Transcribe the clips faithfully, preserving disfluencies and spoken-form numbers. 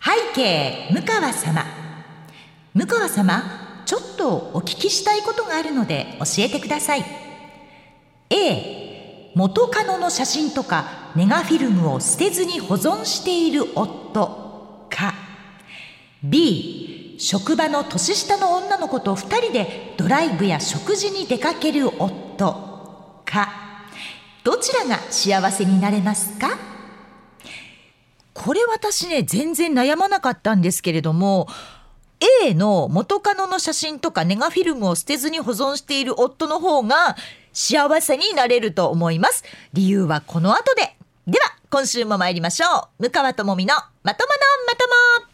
背景向川様。向川様、ちょっとお聞きしたいことがあるので教えてください。 A、 元カノの写真とかネガフィルムを捨てずに保存している夫か、 B、 職場の年下の女の子とふたりでドライブや食事に出かける夫か、どちらが幸せになれますか？これ私ね全然悩まなかったんですけれども、 A の元カノの写真とかネガフィルムを捨てずに保存している夫の方が幸せになれると思います。理由はこの後で。では今週も参りましょう。向川智美のまとものまとも。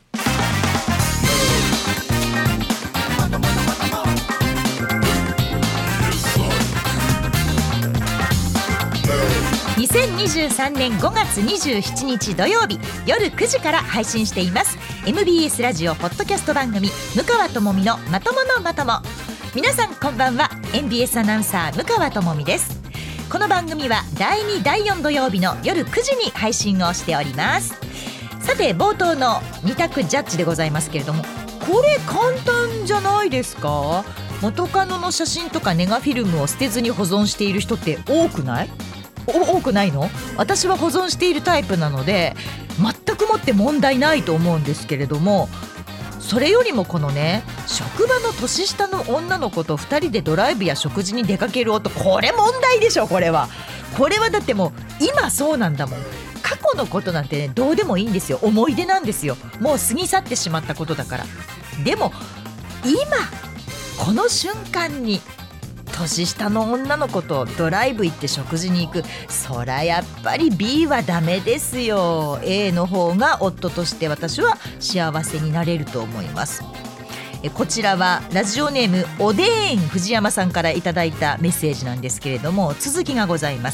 にせんにじゅうさんねんごがつにじゅうしちにち土曜日夜くじから配信しています エムビーエス ラジオポッドキャスト番組向川智美のまとものまとも。皆さんこんばんは。 エムビーエス アナウンサー向川智美です。この番組はだいにだいよん土曜日の夜くじに配信をしております。さて冒頭のに択ジャッジでございますけれども、これ簡単じゃないですか？元カノの写真とかネガフィルムを捨てずに保存している人って多くない？多くないの？私は保存しているタイプなので全くもって問題ないと思うんですけれども、それよりもこのね、職場の年下の女の子とふたりでドライブや食事に出かける夫、これ問題でしょ。これはこれはだってもう今そうなんだもん。過去のことなんてねどうでもいいんですよ。思い出なんですよ。もう過ぎ去ってしまったことだから。でも今この瞬間に年下の女の子とドライブ行って食事に行く、そらやっぱり B はダメですよ。 A の方が夫として私は幸せになれると思います。えこちらはラジオネームおでーん藤山さんからいただいたメッセージなんですけれども、続きがございます。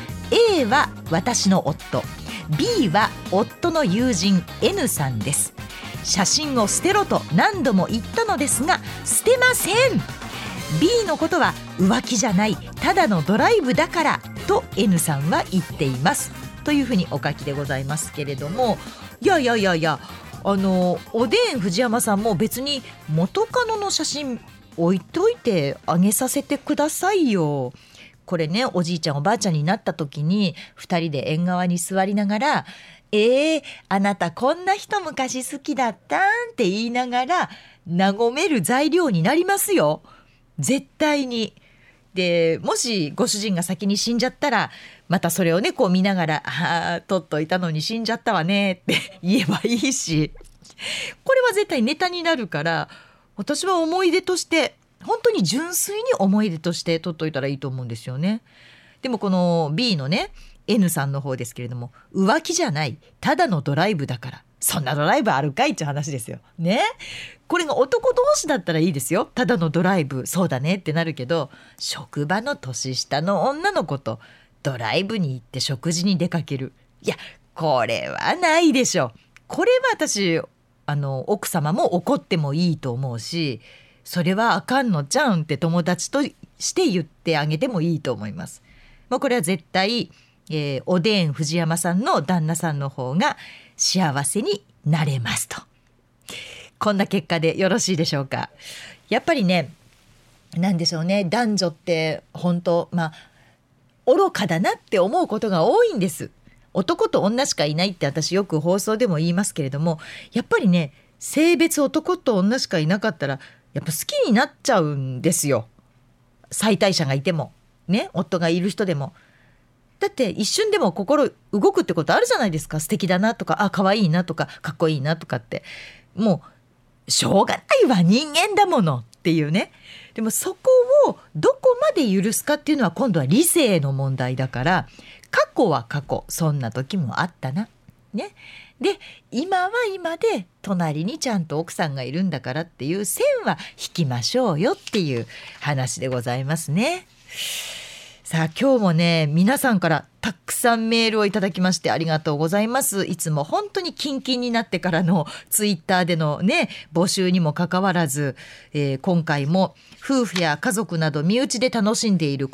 A は私の夫、 B は夫の友人 N さんです。写真を捨てろと何度も言ったのですが捨てません。B のことは浮気じゃない、ただのドライブだからと N さんは言っていますというふうにお書きでございますけれども、いやいやいやいや、あのおでん藤山さんも別に元カノの写真置いといてあげさせてくださいよ。これね、おじいちゃんおばあちゃんになった時にふたりで縁側に座りながら、えー、あなたこんな人昔好きだったんって言いながら和める材料になりますよ、絶対に。でもしご主人が先に死んじゃったらまたそれをねこう見ながら、あー取っといたのに死んじゃったわねって言えばいいし、これは絶対ネタになるから、私は思い出として本当に純粋に思い出として取っといたらいいと思うんですよね。でもこの B のね N さんの方ですけれども、浮気じゃない、ただのドライブだから、そんなドライブあるかいって話ですよね。これが男同士だったらいいですよ。ただのドライブ、そうだねってなるけど、職場の年下の女の子とドライブに行って食事に出かける、いやこれはないでしょ。これは私あの奥様も怒ってもいいと思うし、それはあかんのちゃうんって友達として言ってあげてもいいと思います。もうこれは絶対、えー、おでん藤山さんの旦那さんの方が幸せになれますと。こんな結果でよろしいでしょうか。やっぱりね、なんでしょうね、男女って本当まあ愚かだなって思うことが多いんです。男と女しかいないって私よく放送でも言いますけれども、やっぱりね性別男と女しかいなかったらやっぱ好きになっちゃうんですよ。妻帯者がいてもね、夫がいる人でも。だって一瞬でも心動くってことあるじゃないですか。素敵だなとか、あ可愛いなとか、かっこいいなとかって、もうしょうがないわ、人間だものっていうね。でもそこをどこまで許すかっていうのは今度は理性の問題だから、過去は過去、そんな時もあったなね。で今は今で隣にちゃんと奥さんがいるんだからっていう線は引きましょうよっていう話でございますね。さあ今日もね皆さんからたくさんメールをいただきましてありがとうございます。いつも本当にキンキンになってからのツイッターでのね募集にもかかわらず、えー、今回も夫婦や家族など身内で楽しんでいること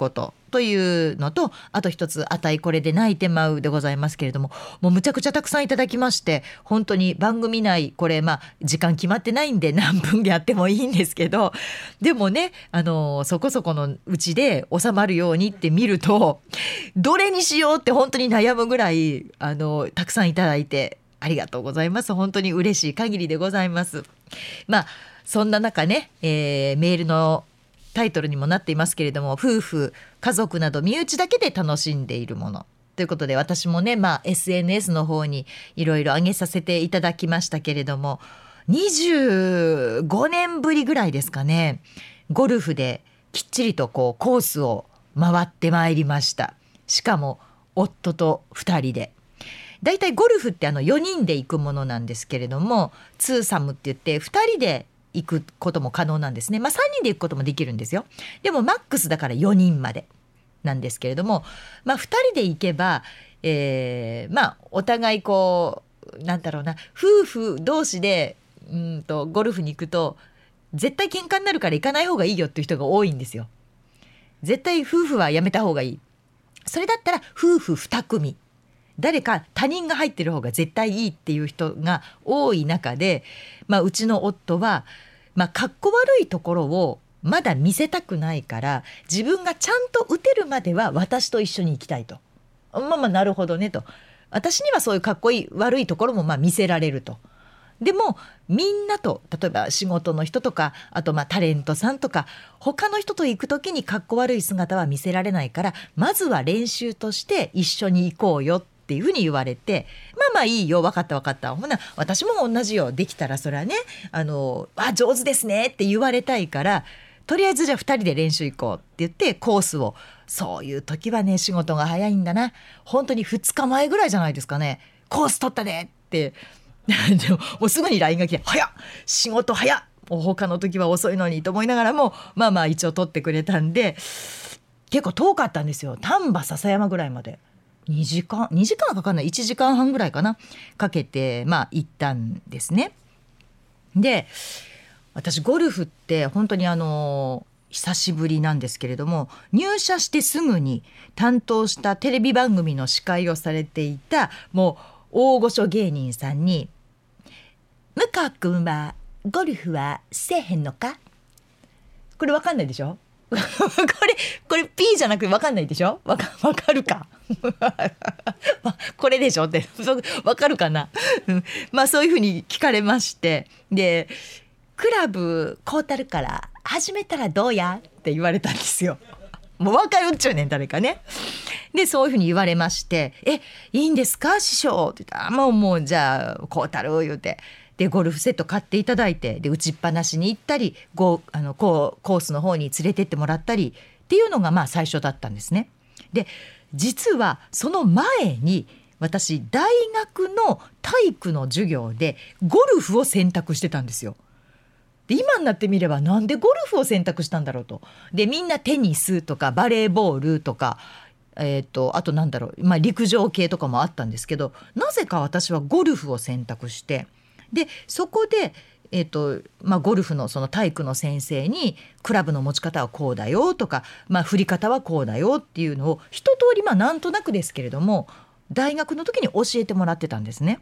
というのと、あと一つ、あたいこれで泣いてまうでございますけれども、もうむちゃくちゃたくさんいただきまして、本当に番組内これまあ時間決まってないんで何分やってもいいんですけど、でもね、あのそこそこのうちで収まるようにって見ると、どれにしようって本当に悩むぐらいあのたくさんいただいてありがとうございます。本当に嬉しい限りでございます。まあそんな中ね、えー、メールのタイトルにもなっていますけれども、夫婦家族など身内だけで楽しんでいるものということで、私もね、まあ、エスエヌエス の方にいろいろ上げさせていただきましたけれども、にじゅうごねんぶりぐらいですかね、ゴルフできっちりとこうコースを回ってまいりました。しかも夫とふたりで。だいたいゴルフってあのよにんで行くものなんですけれども、ツーサムって言ってふたりで行くことも可能なんですね。まあさんにんで行くこともできるんですよ。でもマックスだからよにんまでなんですけれども、まあふたりで行けば、えー、まあお互いこうなんだろうな、夫婦同士でうんとゴルフに行くと絶対喧嘩になるから行かない方がいいよっていう人が多いんですよ。絶対夫婦はやめた方がいい。それだったら夫婦に組、誰か他人が入ってる方が絶対いいっていう人が多い中で、まあ、うちの夫はまあ、かっこ悪いところをまだ見せたくないから、自分がちゃんと打てるまでは私と一緒に行きたいと。まあまあなるほどねと。私にはそういうかっこいい悪いところもまあ見せられると。でもみんなと、例えば仕事の人とか、あとまあタレントさんとか他の人と行くときにかっこ悪い姿は見せられないから、まずは練習として一緒に行こうよっていうふうに言われて、まあまあいいよ、分かった分かった、ほな私も同じよ、できたらそれはね、あのあ上手ですねって言われたいから、とりあえずじゃあふたりで練習行こうって言ってコースを、そういう時はね仕事が早いんだな、本当にふつかまえぐらいじゃないですかね、コース取ったねってでももうすぐに ライン が来て、早っ仕事早っ、もう他の時は遅いのにと思いながらも、まあまあ一応取ってくれたんで、結構遠かったんですよ。丹波篠山ぐらいまでにじかんにじかんかかんない、いちじかんはんぐらいかなかけてまあ行ったんですね。で私ゴルフって本当にあの久しぶりなんですけれども、入社してすぐに担当したテレビ番組の司会をされていたもう大御所芸人さんに、向川くんはゴルフはせえへんのか、これわかんないでしょこれこれ P じゃなくてわかんないでしょ、わか、わかるかこれでしょってわかるかなまあそういうふうに聞かれまして、でクラブ買うたるから始めたらどうやって言われたんですよ。もう分かるっちゅうねん誰かね。でそういうふうに言われまして、えいいんですか師匠って言ったら、もうもうじゃあ買うたる言うて、でゴルフセット買っていただいて、で打ちっぱなしに行ったり、ごあのこうコースの方に連れてってもらったりっていうのがまあ最初だったんですね。で実はその前に私大学の体育の授業でゴルフを選択してたんですよ。で今になってみればなんでゴルフを選択したんだろうと。でみんなテニスとかバレーボールとか、えー、とあとなんだろう、まあ、陸上系とかもあったんですけど、なぜか私はゴルフを選択して、でそこで、えーとまあ、ゴルフのその体育の先生にクラブの持ち方はこうだよとか、まあ、振り方はこうだよっていうのを一通りまあなんとなくですけれども大学の時に教えてもらってたんですね。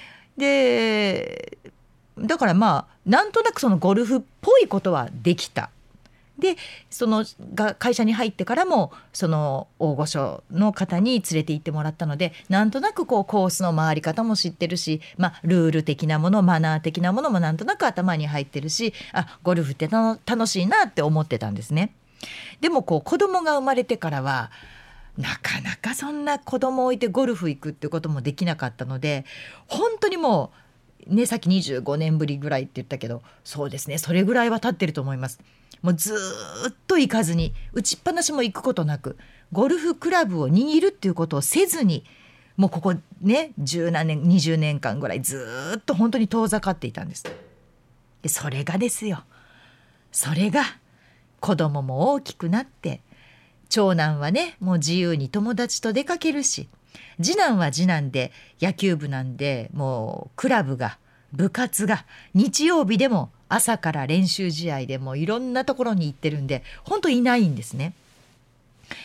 でだからまあなんとなくそのゴルフっぽいことはできた。でそのが会社に入ってからもその大御所の方に連れて行ってもらったので、なんとなくこうコースの回り方も知ってるし、まあ、ルール的なものマナー的なものもなんとなく頭に入ってるし、あゴルフって楽しいなって思ってたんですね。でもこう子供が生まれてからはなかなかそんな子供を置いてゴルフ行くってこともできなかったので、本当にもうね、さっきにじゅうごねんぶりぐらいって言ったけど、そうですね、それぐらいは経ってると思います。もうずっと行かずに、打ちっぱなしも行くことなく、ゴルフクラブを握るっていうことをせずに、もうここね十何年にじゅうねんかんぐらいずっと本当に遠ざかっていたんです。でそれがですよ、それが子供も大きくなって、長男はねもう自由に友達と出かけるし、次男は次男で野球部なんで、もうクラブが部活が日曜日でも朝から練習試合でもいろんなところに行ってるんで、本当いないんですね。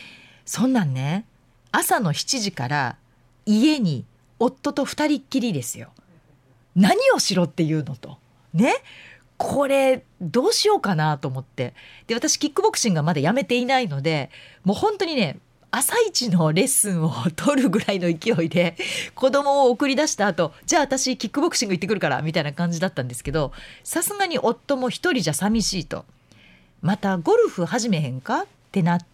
そんなんね、朝のしちじから家に夫と二人っきりですよ。何をしろっていうのとね、これどうしようかなと思って、で私キックボクシングがまだやめていないので、もう本当にね朝一のレッスンを取るぐらいの勢いで子供を送り出した後、じゃあ私キックボクシング行ってくるからみたいな感じだったんですけど、さすがに夫も一人じゃ寂しいと、またゴルフ始めへんかってなって、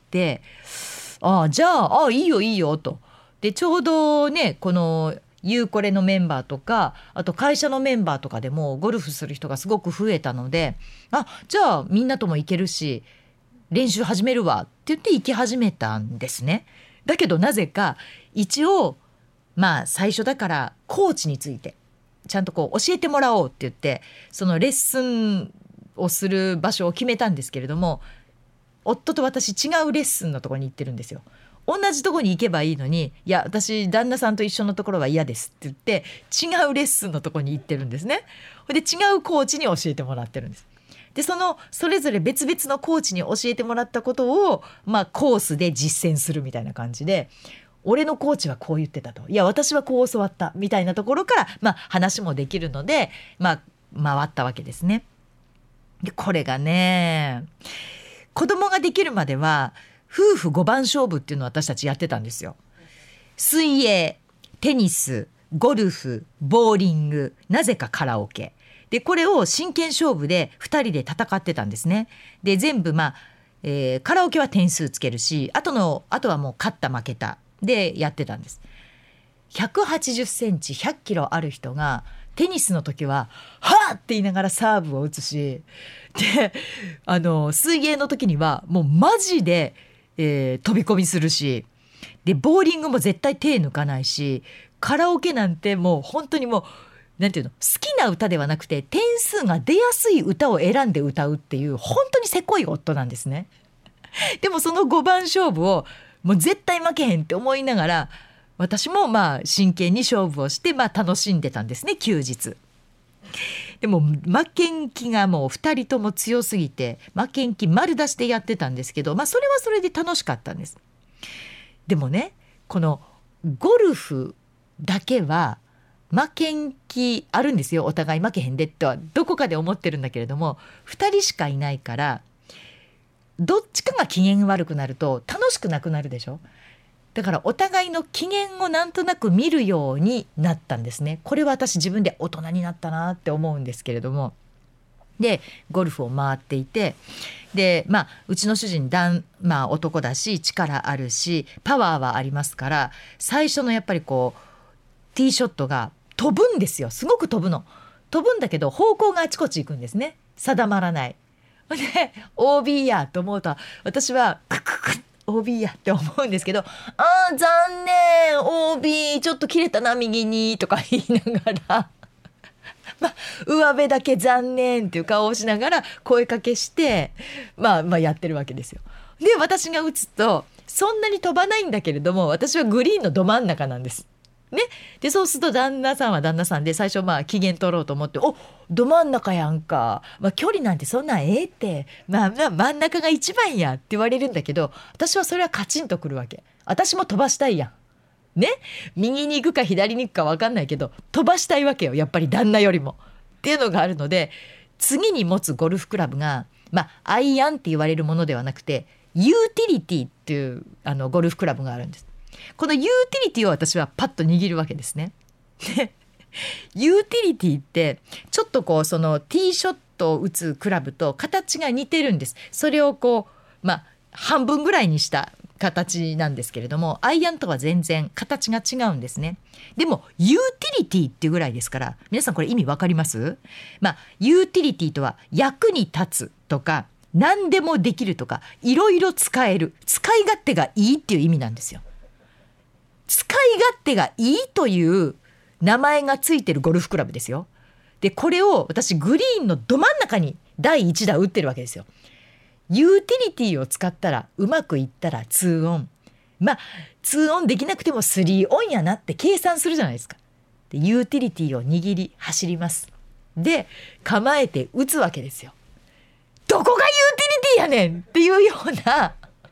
ああじゃあ、ああいいよいいよと。でちょうどねこのユーコレのメンバーとか、あと会社のメンバーとかでもゴルフする人がすごく増えたので、あじゃあみんなとも行けるし練習始めるわって言って行き始めたんですね。だけどなぜか一応まあ最初だからコーチについてちゃんとこう教えてもらおうって言って、そのレッスンをする場所を決めたんですけれども、夫と私違うレッスンのところに行ってるんですよ。同じところに行けばいいのに、いや私旦那さんと一緒のところは嫌ですって言って違うレッスンのところに行ってるんですね。で違うコーチに教えてもらってるんです。でそのそれぞれ別々のコーチに教えてもらったことを、まあ、コースで実践するみたいな感じで、俺のコーチはこう言ってたと、いや私はこう教わったみたいなところから、まあ、話もできるので、まあ、回ったわけですね。でこれがね子供ができるまでは夫婦ごばん勝負っていうのを私たちやってたんですよ。水泳、テニス、ゴルフ、ボーリング、なぜかカラオケで、これを真剣勝負でふたりで戦ってたんですね。で全部まあ、えー、カラオケは点数つけるし、あとのあとはもう勝った負けたでやってたんです。ひゃくはちじゅっセンチひゃっキロある人がテニスの時ははぁって言いながらサーブを打つし、であの水泳の時にはもうマジで、えー、飛び込みするし、でボーリングも絶対手抜かないし、カラオケなんてもう本当にもうなんていうの、好きな歌ではなくて点数が出やすい歌を選んで歌うっていう本当にせこい夫なんですね。でもそのごばん勝負をもう絶対負けへんって思いながら、私もまあ真剣に勝負をして、まあ楽しんでたんですね休日。でも負けん気がもうふたりとも強すぎて負けん気丸出しでやってたんですけど、まあそれはそれで楽しかったんです。でもねこのゴルフだけは負けん気あるんですよ。お互い負けへんでとはどこかで思ってるんだけれども、ふたりしかいないからどっちかが機嫌悪くなると楽しくなくなるでしょ。だからお互いの機嫌をなんとなく見るようになったんですね。これは私自分で大人になったなって思うんですけれども、でゴルフを回っていて、でまあうちの主人だん、まあ、男だし力あるしパワーはありますから、最初のやっぱりこうティーショットが飛ぶんですよ。すごく飛ぶの飛ぶんだけど方向があちこち行くんですね。定まらない。で オービー やと思うと私はククク オービー やって思うんですけど、あー残念 オービー ちょっと切れたな右にとか言いながらまあ、上辺だけ残念っていう顔をしながら声かけして、まあ、まあやってるわけですよ。で私が打つとそんなに飛ばないんだけれども、私はグリーンのど真ん中なんですね。でそうすると旦那さんは旦那さんで最初まあ機嫌取ろうと思って、おど真ん中やんか、まあ、距離なんてそんなんええって、まあ、まあ真ん中が一番やって言われるんだけど、私はそれはカチンとくるわけ。私も飛ばしたいやんね、右に行くか左に行くか分かんないけど飛ばしたいわけよ、やっぱり旦那よりもっていうのがあるので、次に持つゴルフクラブが、まあ、アイアンって言われるものではなくてユーティリティっていうあのゴルフクラブがあるんです。このユーティリティを私はパッと握るわけですね。でユーティリティってちょっとこうそのティーショットを打つクラブと形が似てるんです。それをこうまあ半分ぐらいにした形なんですけれども、アイアンとは全然形が違うんですね。でもユーティリティっていうぐらいですから、皆さんこれ意味わかります？まあユーティリティとは役に立つとか何でもできるとかいろいろ使える、使い勝手がいいっていう意味なんですよ。使い勝手がいいという名前がついてるゴルフクラブですよ。でこれを私グリーンのど真ん中にだいいち打打ってるわけですよ。ユーティリティを使ったらうまくいったらツーオン、まあツーオンできなくてもスリーオンやなって計算するじゃないですか。でユーティリティを握り走ります。で構えて打つわけですよ。どこがユーティリティやねんっていうような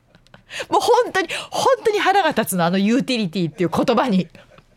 もう本当に本当に腹が立つの、あのユーティリティっていう言葉に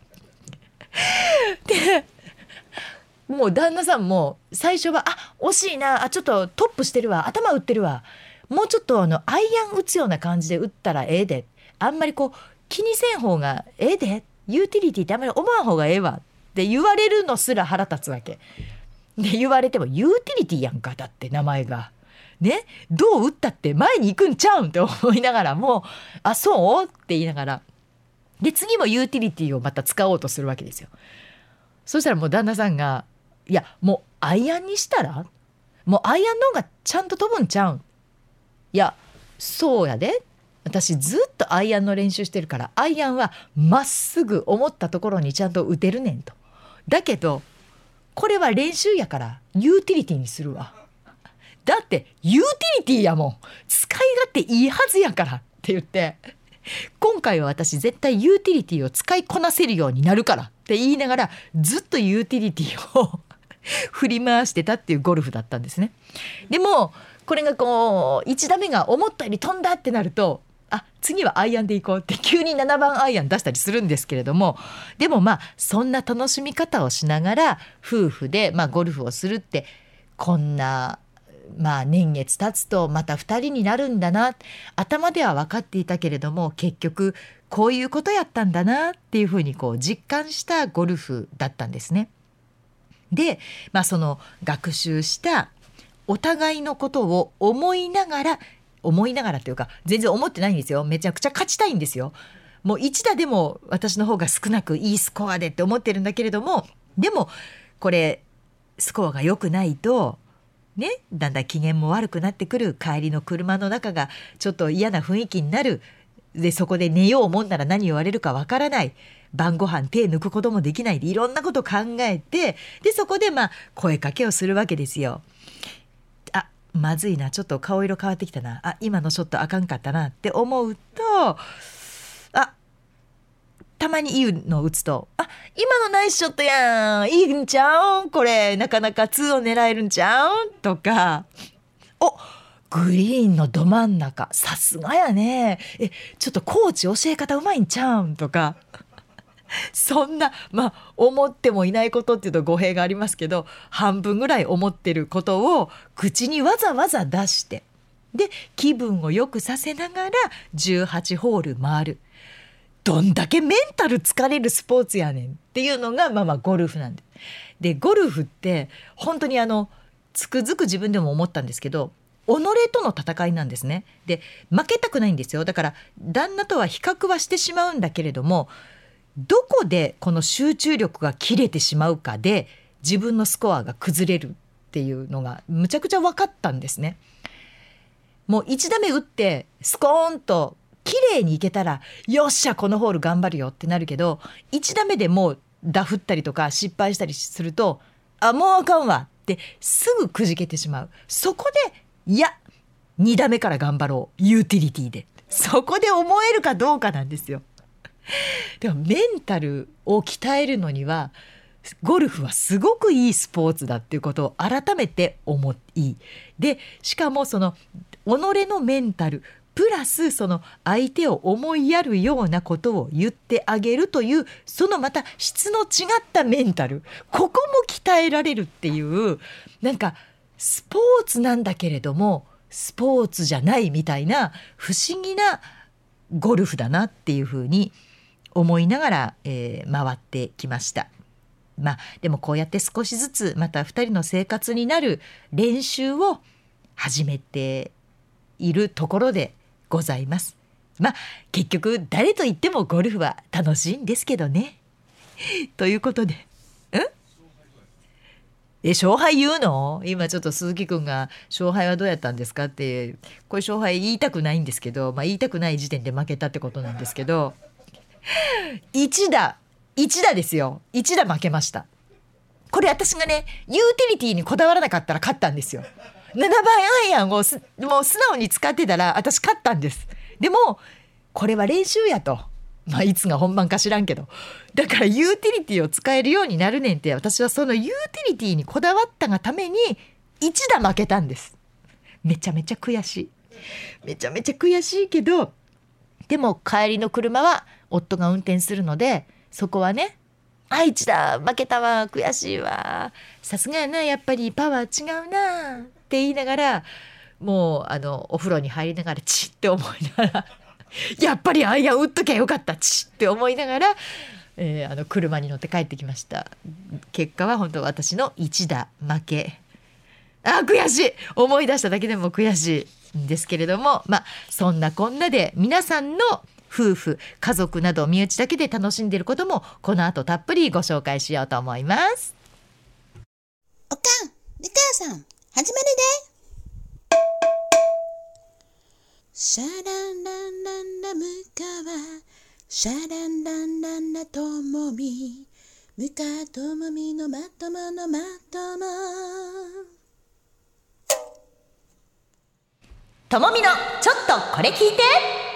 でもう旦那さんも最初はあ惜しいな、あちょっとトップしてるわ、頭打ってるわ、もうちょっとあのアイアン打つような感じで打ったらええで、あんまりこう気にせん方がええで、ユーティリティってあんまり思わん方がええわって言われるのすら腹立つわけで、言われてもユーティリティやんか、だって名前がね、どう打ったって前に行くんちゃうんって思いながらも、あそうって言いながら、で次もユーティリティをまた使おうとするわけですよ。そしたらもう旦那さんがいやもうアイアンにしたら、もうアイアンの方がちゃんと飛ぶんちゃうん、いやそうやで、私ずっとアイアンの練習してるから、アイアンはまっすぐ思ったところにちゃんと打てるねんと、だけどこれは練習やからユーティリティにするわ、だってユーティリティやもん、使い勝手いいはずやからって言って、今回は私絶対ユーティリティを使いこなせるようになるからって言いながら、ずっとユーティリティを振り回してたっていうゴルフだったんですね。でもこれがこういち打目が思ったより飛んだってなると、あ次はアイアンでいこうって急にななばんアイアン出したりするんですけれども、でもまあそんな楽しみ方をしながら夫婦でまあゴルフをするって、こんなまあ年月経つとまたふたりになるんだな、頭では分かっていたけれども結局こういうことやったんだなっていうふうにこう実感したゴルフだったんですね。で、まあ、その学習したお互いのことを思いながら思いながらというか全然思ってないんですよ。めちゃくちゃ勝ちたいんですよ。もういち打でも私の方が少なくいいスコアでって思ってるんだけれども、でもこれスコアが良くないとね、だんだん機嫌も悪くなってくる、帰りの車の中がちょっと嫌な雰囲気になる、でそこで寝ようもんなら何言われるかわからない、晩ご飯手抜くこともできないでいろんなこと考えて、でそこでまあ声かけをするわけですよ。あまずいな、ちょっと顔色変わってきたな、あ今のショットあかんかったなって思うと、あたまにいいのを打つと、あ今のナイスショットやん、いいんちゃうんこれ、なかなかツーを狙えるんちゃうんとか、おグリーンのど真ん中さすがやね、えちょっとコーチ教え方うまいんちゃうんとかそんなまあ思ってもいないことっていうと語弊がありますけど、半分ぐらい思ってることを口にわざわざ出して、で気分を良くさせながらじゅうはちホール回る、どんだけメンタル疲れるスポーツやねんっていうのがまあまあゴルフなんで、でゴルフって本当にあのつくづく自分でも思ったんですけど、己との戦いなんですね。で負けたくないんですよ。だから旦那とは比較はしてしまうんだけれども、どこでこの集中力が切れてしまうかで自分のスコアが崩れるっていうのがむちゃくちゃ分かったんですね。もういち打目打ってスコーンと綺麗にいけたらよっしゃこのホール頑張るよってなるけど、いち打目でもうダフったりとか失敗したりすると、あもうあかんわってすぐくじけてしまう。そこでいやに打目から頑張ろうユーティリティで、そこで思えるかどうかなんですよ。でもメンタルを鍛えるのにはゴルフはすごくいいスポーツだっていうことを改めて思い、でしかもその己のメンタルプラスその相手を思いやるようなことを言ってあげるという、そのまた質の違ったメンタル、ここも鍛えられるっていう、なんかスポーツなんだけれどもスポーツじゃないみたいな不思議なゴルフだなっていうふうに思いながら、えー、回ってきました。まあでもこうやって少しずつまたふたりの生活になる練習を始めているところでございます。まあ結局誰と言ってもゴルフは楽しいんですけどねということで、んえ勝敗言うの？今ちょっと鈴木くんが勝敗はどうやったんですかって、これ勝敗言いたくないんですけど、まあ、言いたくない時点で負けたってことなんですけど、いち打いち打ですよ。いち打負けました。これ私がねユーティリティにこだわらなかったら勝ったんですよ。ななばんアイアンをすもう素直に使ってたら私勝ったんです。でもこれは練習やと、まあいつが本番か知らんけど、だからユーティリティを使えるようになるねんって、私はそのユーティリティにこだわったがためにいち打負けたんです。めちゃめちゃ悔しいめちゃめちゃ悔しいけど、 でも帰りの車は夫が運転するので、そこはね、あいちだ負けたわ悔しいわさすがやなやっぱりパワー違うなって言いながら、もうあのお風呂に入りながらチッって思いながらやっぱりアイアン打っときゃよかったチッって思いながら、えー、あの車に乗って帰ってきました。結果は本当私の一打負け。あ悔しい、思い出しただけでも悔しいんですけれども、まあそんなこんなで皆さんの夫婦家族など身内だけで楽しんでいることもこの後たっぷりご紹介しようと思います。 おかん、お母さん、始まるで。シャランランランラムカワ、シャランランランラともみ、ムカともみのまとものまとも。 ともみのちょっとこれ聞いて。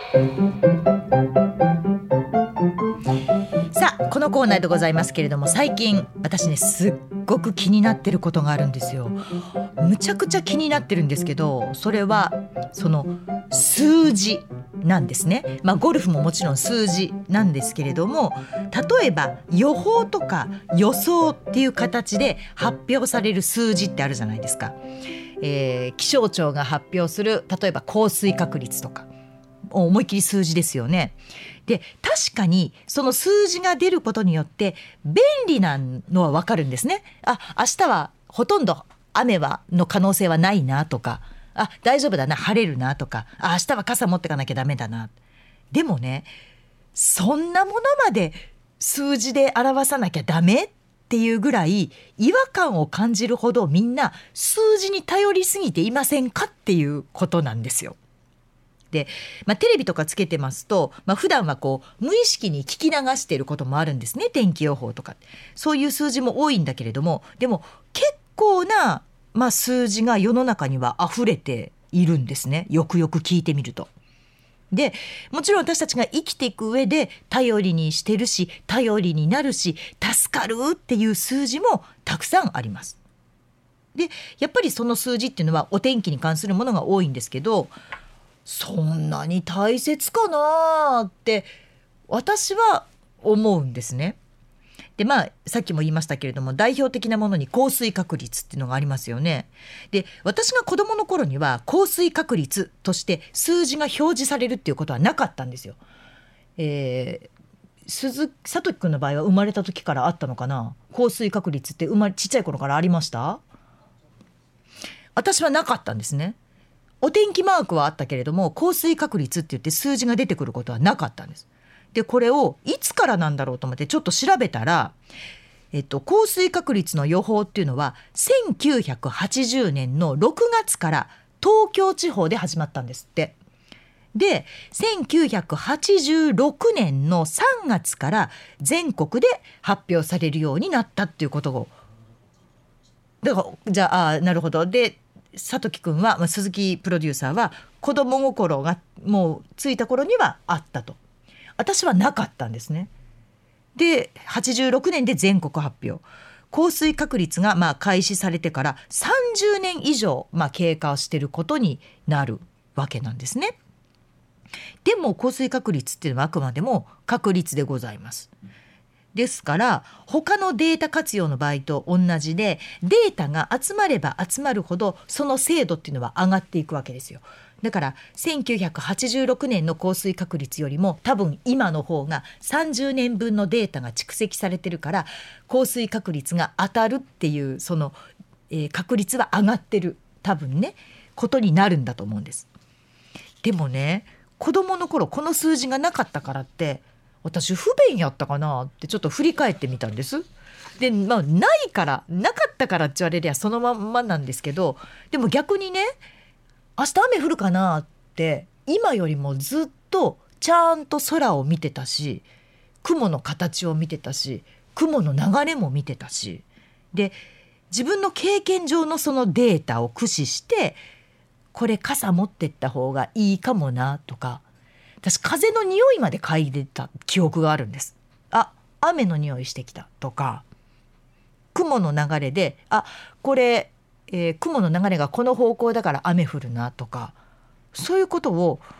さあこのコーナーでございますけれども、最近私ねすっごく気になってることがあるんですよ。むちゃくちゃ気になってるんですけど、それはその数字なんですね。まあゴルフももちろん数字なんですけれども、例えば予報とか予想っていう形で発表される数字ってあるじゃないですか。えー、気象庁が発表する例えば降水確率とか思いっきり数字ですよね。で確かにその数字が出ることによって便利なのは分かるんですね。あ明日はほとんど雨はの可能性はないなとか、あ大丈夫だな晴れるなとか、あ明日は傘持ってかなきゃダメだな。でもねそんなものまで数字で表さなきゃダメっていうぐらい違和感を感じるほどみんな数字に頼りすぎていませんかっていうことなんですよ。で、まあ、テレビとかつけてますと、まあ、普段はこう無意識に聞き流していることもあるんですね。天気予報とかそういう数字も多いんだけれども、でも結構な、まあ、数字が世の中には溢れているんですね。よくよく聞いてみると。でもちろん私たちが生きていく上で頼りにしてるし頼りになるし助かるっていう数字もたくさんあります。でやっぱりその数字っていうのはお天気に関するものが多いんですけど、そんなに大切かなって私は思うんですね。でまあさっきも言いましたけれども、代表的なものに降水確率っていうのがありますよね。で私が子どもの頃には降水確率として数字が表示されるっていうことはなかったんですよ。えー、鈴さときくんの場合は生まれた時からあったのかな。降水確率って生まれちっちゃい頃からありました？私はなかったんですね。お天気マークはあったけれども降水確率って言って数字が出てくることはなかったんです。でこれをいつからなんだろうと思ってちょっと調べたら、えっと、降水確率の予報っていうのはせんきゅうひゃくはちじゅうねんのろくがつから東京地方で始まったんですって。でせんきゅうひゃくはちじゅうろくねんのさんがつから全国で発表されるようになったっていうことを、だからじゃあ、あなるほど。でさときくんは、まあ、鈴木プロデューサーは子供心がもうついた頃にはあったと。私はなかったんですね。ではちじゅうろくねんで全国発表。降水確率がまあ開始されてからさんじゅうねん以上、まあ、経過をしていることになるわけなんですね。でも降水確率っていうのはあくまでも確率でございます。ですから他のデータ活用の場合と同じで、データが集まれば集まるほどその精度っていうのは上がっていくわけですよ。だからせんきゅうひゃくはちじゅうろくねんの降水確率よりも多分今の方がさんじゅうねんぶんのデータが蓄積されてるから、降水確率が当たるっていうその、えー、確率は上がってる多分ねことになるんだと思うんです。でもね子どもの頃この数字がなかったからって私不便やったかなってちょっと振り返ってみたんです。で、まあ、ないからなかったからって言われりゃそのまんまなんですけど、でも逆にね明日雨降るかなって今よりもずっとちゃんと空を見てたし、雲の形を見てたし、雲の流れも見てたし、で自分の経験上のそのデータを駆使してこれ傘持ってった方がいいかもなとか、私風の匂いまで嗅いでた記憶があるんです。あ、雨の匂いしてきたとか、雲の流れであこれ、えー、雲の流れがこの方向だから雨降るなとか、そういうことを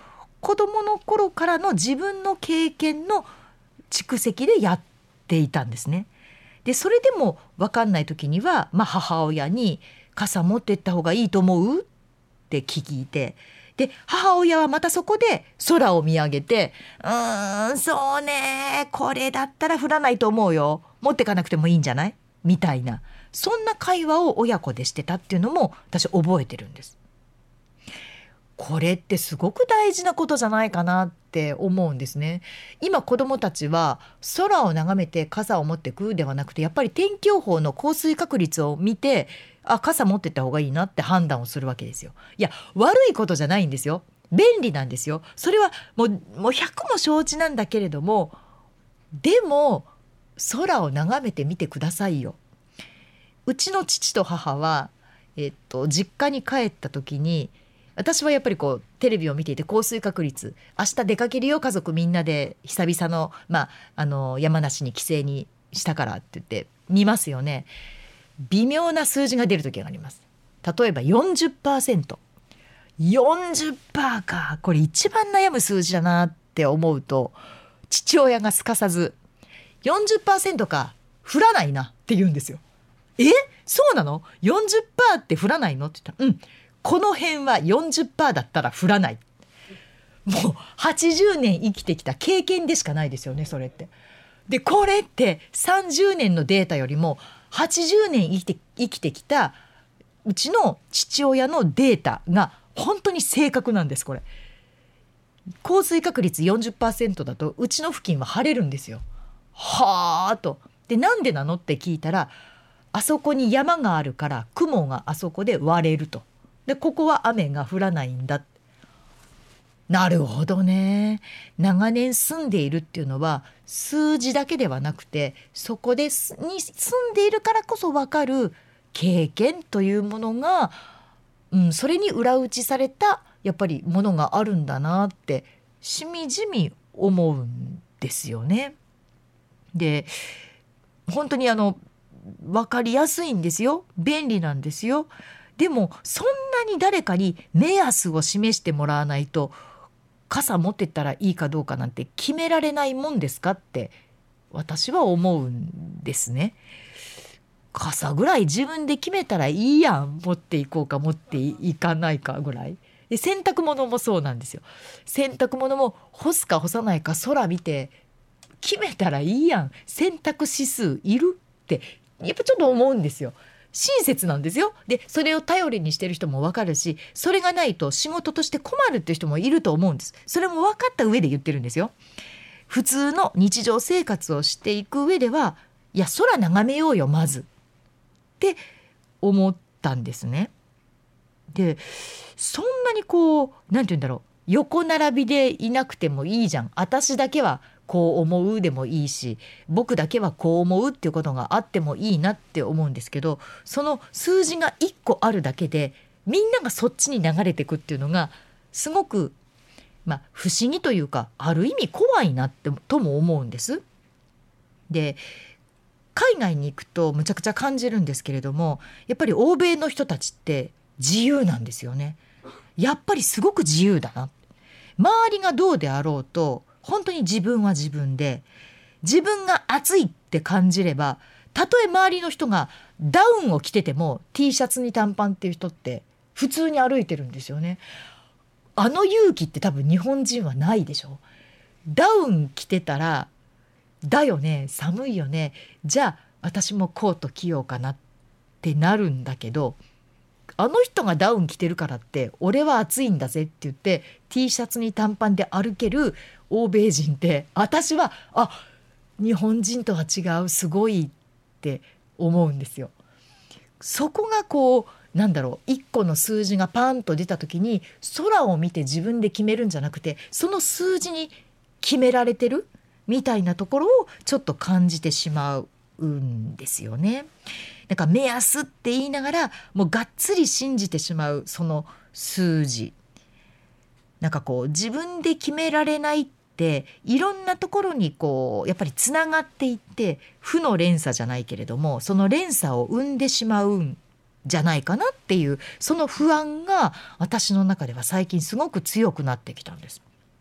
子供の頃からの自分の経験の蓄積でやっていたんですね。でそれでも分かんない時には、まあ、母親に傘持ってった方がいいと思うって聞いて、で母親はまたそこで空を見上げて、うーんそうねこれだったら降らないと思うよ、持ってかなくてもいいんじゃないみたいな、そんな会話を親子でしてたっていうのも私覚えてるんです。これってすごく大事なことじゃないかなって思うんですね。今子どもたちは空を眺めて傘を持ってくではなくて、やっぱり天気予報の降水確率を見て、あ傘持ってった方がいいなって判断をするわけですよ。いや悪いことじゃないんですよ、便利なんですよ。それはもう、もうひゃくも承知なんだけれども、でも空を眺めてみてくださいよ。うちの父と母は、えっと、実家に帰った時に、私はやっぱりこうテレビを見ていて、降水確率明日出かけるよ家族みんなで久々の、まあ、あの山梨に帰省にしたからって言って見ますよね。微妙な数字が出る時があります。例えば よんじゅっパーセント、よんじゅっパーセント か、これ一番悩む数字だなって思うと、父親がすかさず よんじゅっパーセント か降らないなって言うんですよ。えそうなの ?よんじゅっパーセント って降らないのって言ったら、うんこの辺は よんじゅっパーセント だったら降らない。もうはちじゅうねん生きてきた経験でしかないですよねそれって。でこれってさんじゅうねんのデータよりもはちじゅうねん生きて、生きてきたうちの父親のデータが本当に正確なんです。これ降水確率 よんじゅっパーセント だとうちの付近は晴れるんですよ。はーと。でなんでなのって聞いたら、あそこに山があるから雲があそこで割れると。でここは雨が降らないんだ。なるほどね。長年住んでいるっていうのは数字だけではなくて、そこでに住んでいるからこそ分かる経験というものが、うん、それに裏打ちされたやっぱりものがあるんだなってしみじみ思うんですよね。で本当にあの分かりやすいんですよ、便利なんですよ。でもそんなに誰かに目安を示してもらわないと傘持ってったらいいかどうかなんて決められないもんですかって私は思うんですね。傘ぐらい自分で決めたらいいやん、持っていこうか持っていかないかぐらいで。洗濯物もそうなんですよ。洗濯物も干すか干さないか空見て決めたらいいやん、選択指数いるってやっぱちょっと思うんですよ。親切なんですよ。でそれを頼りにしてる人も分かるし、それがないと仕事として困るっていう人もいると思うんです。それも分かった上で言ってるんですよ。普通の日常生活をしていく上では、いや空眺めようよまずって思ったんですね。でそんなにこうなんて言うんだろう、横並びでいなくてもいいじゃん、私だけはこう思うでもいいし、僕だけはこう思うっていうことがあってもいいなって思うんですけど、その数字がいっこあるだけでみんながそっちに流れていくっていうのがすごく、まあ、不思議というか、ある意味怖いなってとも思うんです。で海外に行くとむちゃくちゃ感じるんですけれども、やっぱり欧米の人たちって自由なんですよね。やっぱりすごく自由だな。周りがどうであろうと本当に自分は自分で、自分が暑いって感じれば、たとえ周りの人がダウンを着てても T シャツに短パンっていう人って普通に歩いてるんですよね。あの勇気って多分日本人はないでしょ。ダウン着てたらだよね、寒いよね、じゃあ私もコート着ようかなってなるんだけど、あの人がダウン着てるからって俺は暑いんだぜって言って T シャツに短パンで歩ける欧米人って、私はあ日本人とは違う、すごいって思うんですよ。そこがこうなんだろう、いっこの数字がパンと出た時に空を見て自分で決めるんじゃなくて、その数字に決められてるみたいなところをちょっと感じてしまうんですよね。なんか目安って言いながらもうがっつり信じてしまうその数字、なんかこう自分で決められないっていろんなところにこうやっぱりつながっていって、負の連鎖じゃないけれどもその連鎖を生んでしまうんじゃないかなっていう、その不安が私の中では最近すごく強くなってきたんです。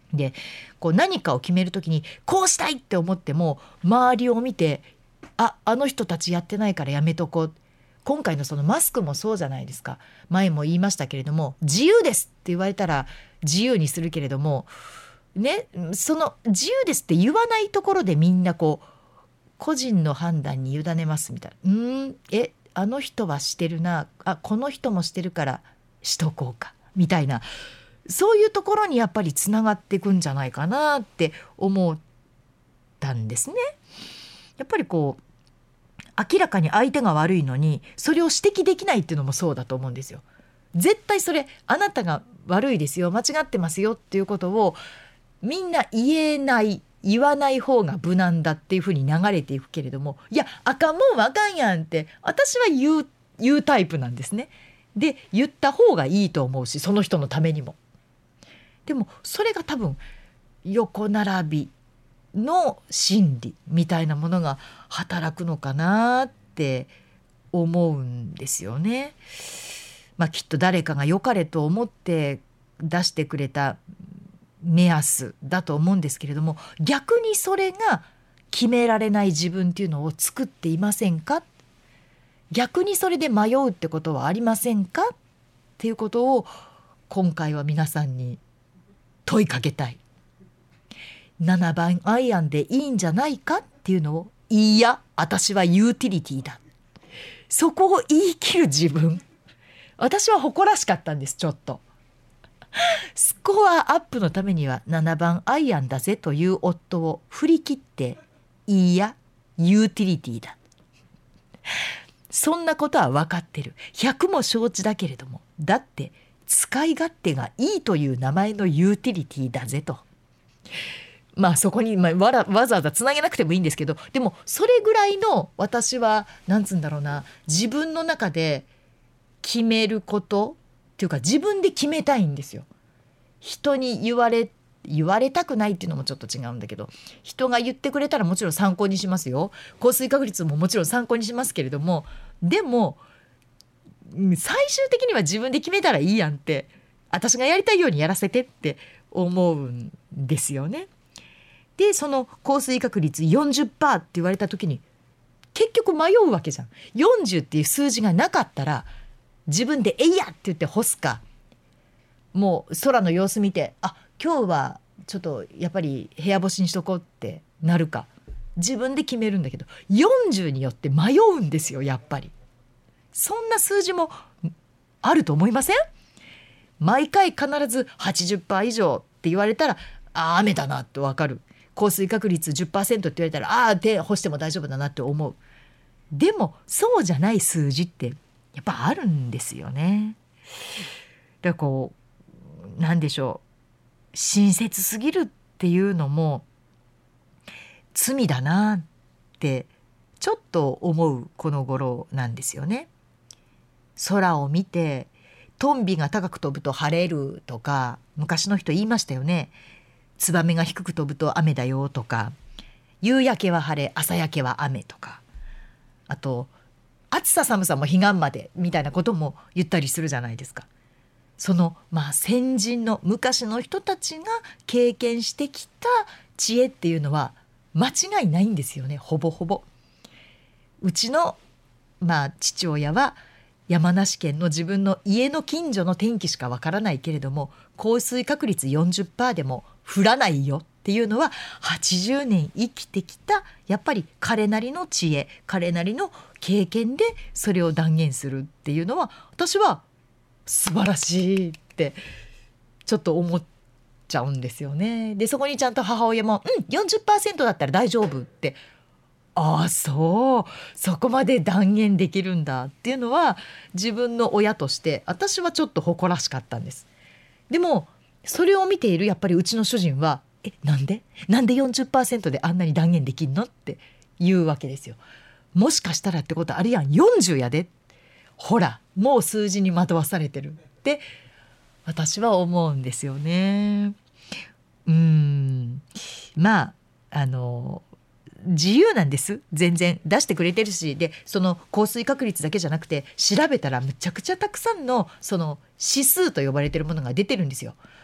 でこう何かを決めるときにこうしたいって思っても周りを見てああの人たちやってないからやめとこう。今回のそのマスクもそうじゃないですか。前も言いましたけれども自由ですって言われたら自由にするけれどもね、その自由ですって言わないところでみんなこう個人の判断に委ねますみたいな。うーんえあの人はしてるなあこの人もしてるからしとこうかみたいな、そういうところにやっぱりつながっていくんじゃないかなって思ったんですね。やっぱりこう明らかに相手が悪いのにそれを指摘できないっていうのもそうだと思うんですよ。絶対それあなたが悪いですよ間違ってますよっていうことをみんな言えない言わない方が無難だっていうふうに流れていくけれども、いやあかんもんあかんやんって私は言う、言うタイプなんですね。で言った方がいいと思うしその人のためにも。でもそれが多分横並びの心理みたいなものが働くのかなって思うんですよね。まあきっと誰かが良かれと思って出してくれた目安だと思うんですけれども、逆にそれが決められない自分っていうのを作っていませんか。逆にそれで迷うってことはありませんかっていうことを今回は皆さんに問いかけたい。ななばんアイアンでいいんじゃないかっていうのを、いや私はユーティリティだ、そこを言い切る自分、私は誇らしかったんです。ちょっとスコアアップのためにはななばんアイアンだぜという夫を振り切って、いやユーティリティだ、そんなことは分かってる、ひゃくも承知だけれども、だって使い勝手がいいという名前のユーティリティだぜと。まあそこに、まあ、わらわざわざつなげなくてもいいんですけど、でもそれぐらいの私はなんつうんだろうな、自分の中で決めることっていうか自分で決めたいんですよ。人に言われ言われたくないっていうのもちょっと違うんだけど、人が言ってくれたらもちろん参考にしますよ。降水確率ももちろん参考にしますけれども、でも最終的には自分で決めたらいいやんって、私がやりたいようにやらせてって思うんですよね。でその降水確率 よんじゅっパーセント って言われた時に結局迷うわけじゃん。よんじゅうっていう数字がなかったら自分でえいやって言って干すか、もう空の様子見てあ今日はちょっとやっぱり部屋干しにしとこうってなるか、自分で決めるんだけど、よんじゅうによって迷うんですよ。やっぱりそんな数字もあると思いません？毎回必ず はちじゅっパーセント 以上って言われたらあ雨だなって分かる。降水確率 じゅっパーセント って言われたらああ手干しても大丈夫だなって思う。でもそうじゃない数字ってやっぱあるんですよね。だからこうなんでしょう、親切すぎるっていうのも罪だなってちょっと思うこの頃なんですよね。空を見てトンビが高く飛ぶと晴れるとか昔の人言いましたよね。ツバメが低く飛ぶと雨だよとか、夕焼けは晴れ朝焼けは雨とか、あと暑さ寒さも彼岸までみたいなことも言ったりするじゃないですか。そのまあ先人の昔の人たちが経験してきた知恵っていうのは間違いないんですよね。ほぼほぼうちのまあ父親は山梨県の自分の家の近所の天気しかわからないけれども、降水確率 よんじゅっパーセント でも降らないよっていうのははちじゅうねん生きてきたやっぱり彼なりの知恵、彼なりの経験でそれを断言するっていうのは私は素晴らしいってちょっと思っちゃうんですよね。でそこにちゃんと母親もうん よんじゅっパーセント だったら大丈夫って、ああそうそこまで断言できるんだっていうのは自分の親として私はちょっと誇らしかったんです。でもそれを見ているやっぱりうちの主人はえなんでなんで よんじゅっパーセント であんなに断言できんのって言うわけですよ。もしかしたらってことあるやん、よんじゅうやで、ほらもう数字に惑わされてるって私は思うんですよね。うーんまああの自由なんです。全然出してくれてるし、でその降水確率だけじゃなくて調べたらむちゃくちゃたくさんのその指数と呼ばれてるものが出てるんですよ。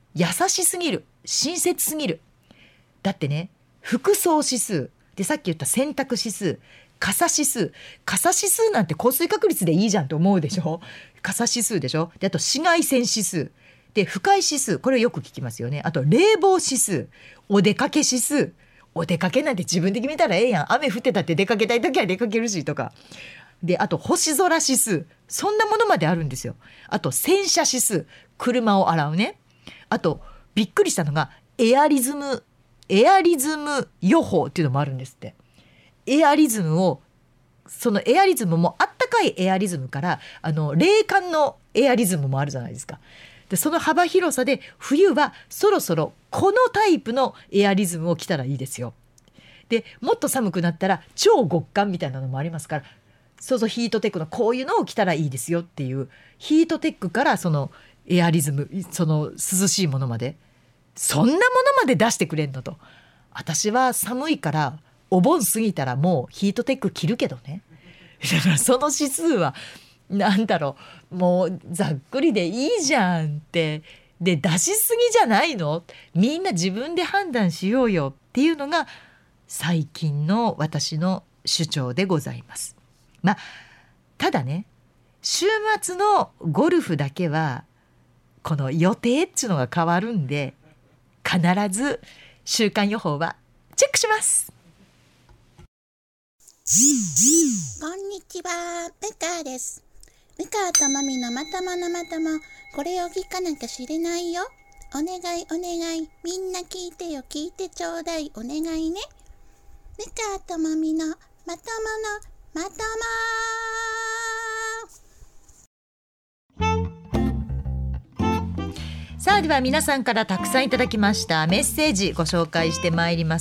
優しすぎる、親切すぎる。だってね、服装指数でさっき言った洗濯指数、傘指数傘指数なんて降水確率でいいじゃんと思うでしょ。傘指数でしょ。であと紫外線指数で不快指数、これよく聞きますよね。あと冷房指数、お出かけ指数、お出かけなんて自分で決めたらええやん、雨降ってたって出かけたい時は出かけるしとかで、あと星空指数、そんなものまであるんですよ。あと洗車指数、車を洗うね。あとびっくりしたのがエアリズムエアリズム予報っていうのもあるんですって。エアリズムをそのエアリズムもあったかいエアリズムからあの冷感のエアリズムもあるじゃないですか。でその幅広さで冬はそろそろこのタイプのエアリズムを着たらいいですよ。でもっと寒くなったら超極寒みたいなのもありますから、そうそうヒートテックのこういうのを着たらいいですよっていう、ヒートテックからそのエアリズム、その涼しいものまで、そんなものまで出してくれんのと。私は寒いからお盆過ぎたらもうヒートテック着るけどね。だからその指数はなんだろう、もうざっくりでいいじゃんって。で出しすぎじゃないの、みんな自分で判断しようよっていうのが最近の私の主張でございます。まあただね、週末のゴルフだけはこの予定っちゅうのが変わるんで、必ず週間予報はチェックします。 こんにちは、むかです。むかともみのまとものまとも、これを聞かなきゃ知れないよ。お願いお願い、みんな聞いてよ、聞いてちょうだい、お願いね。むかともみのまとものまとも。 さあでは皆さんからたくさんいただきましたメッセージご紹介してまいります。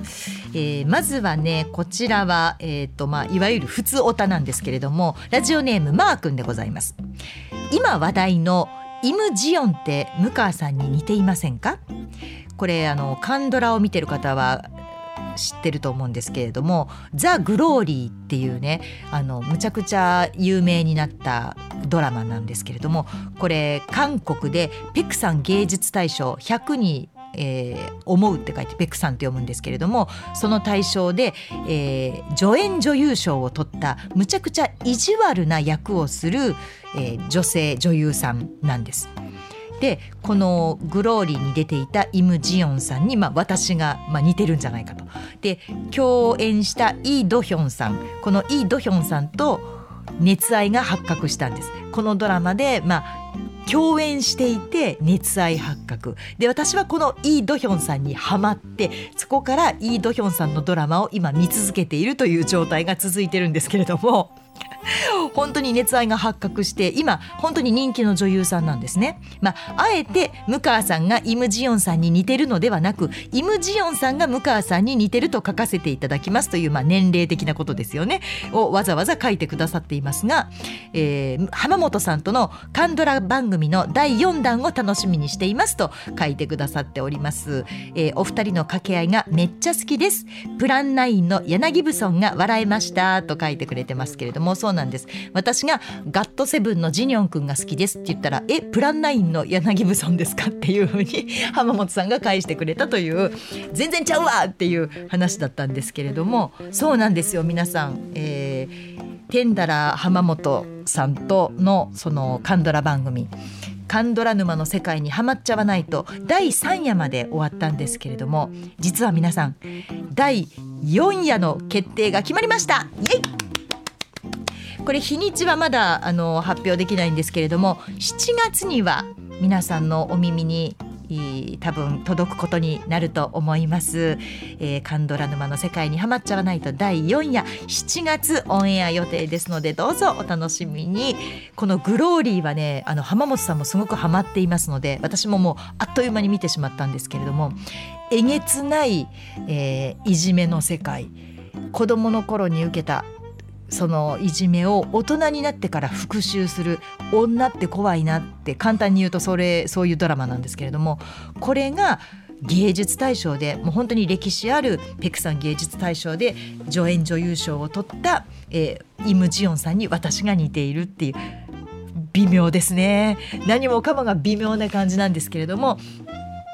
えー、まずはね、こちらは、えーとまあ、いわゆる普通オタなんですけれども、ラジオネームマー君でございます。今話題のイムジヨンって向川さんに似ていませんか？これあのカンドラを見てる方は知ってると思うんですけれども、ザ・グローリーっていうね、あのむちゃくちゃ有名になったドラマなんですけれども、これ韓国でペクサン芸術大賞ひゃくに、えー、思うって書いてペクサンって読むんですけれども、その大賞で、えー、助演女優賞を取ったむちゃくちゃ意地悪な役をする、えー、女性女優さんなんです。でこのグローリーに出ていたイムジヨンさんに、まあ、私が、まあ、似てるんじゃないかと。で共演したイ・ドヒョンさん、このイ・ドヒョンさんと熱愛が発覚したんです。このドラマで、まあ、共演していて熱愛発覚で、私はこのイ・ドヒョンさんにハマって、そこからイ・ドヒョンさんのドラマを今見続けているという状態が続いてるんですけれども、本当に熱愛が発覚して今本当に人気の女優さんなんですね。まあ、あえて向川さんがイムジヨンさんに似てるのではなく、イムジヨンさんが向川さんに似てると書かせていただきますという、まあ、年齢的なことですよねをわざわざ書いてくださっていますが、えー、浜本さんとのカンドラ番組のだいよんだんを楽しみにしていますと書いてくださっております。えー、お二人の掛け合いがめっちゃ好きです。プランナインの柳ブソンが笑えましたと書いてくれてますけれども、そうなんです。私がガットセブンのジニョンくんが好きですって言ったら、えプランナインの柳ブソンですかっていうふうに浜本さんが返してくれたという、全然ちゃうわっていう話だったんですけれども、そうなんですよ皆さん、えー、テンダラ浜本さんとのそのカンドラ番組、カンドラ沼の世界にはまっちゃわないとだいさんやまで終わったんですけれども、実は皆さんだいよんやの決定が決まりました。イエイ。これ日にちはまだあの発表できないんですけれども、しちがつには皆さんのお耳に多分届くことになると思います。えー、カンドラ沼の世界にはまっちゃわないとだいよんやしちがつオンエア予定ですので、どうぞお楽しみに。このグローリーはね、あの浜本さんもすごくハマっていますので、私ももうあっという間に見てしまったんですけれども、えげつない、えー、いじめの世界、子供の頃に受けたそのいじめを大人になってから復讐する女って怖いなって簡単に言うとそれそういうドラマなんですけれども、これが芸術大賞でもう本当に歴史あるペクサン芸術大賞で助演女優賞を取った、えー、イムジヨンさんに私が似ているっていう、微妙ですね。何もかもが微妙な感じなんですけれども、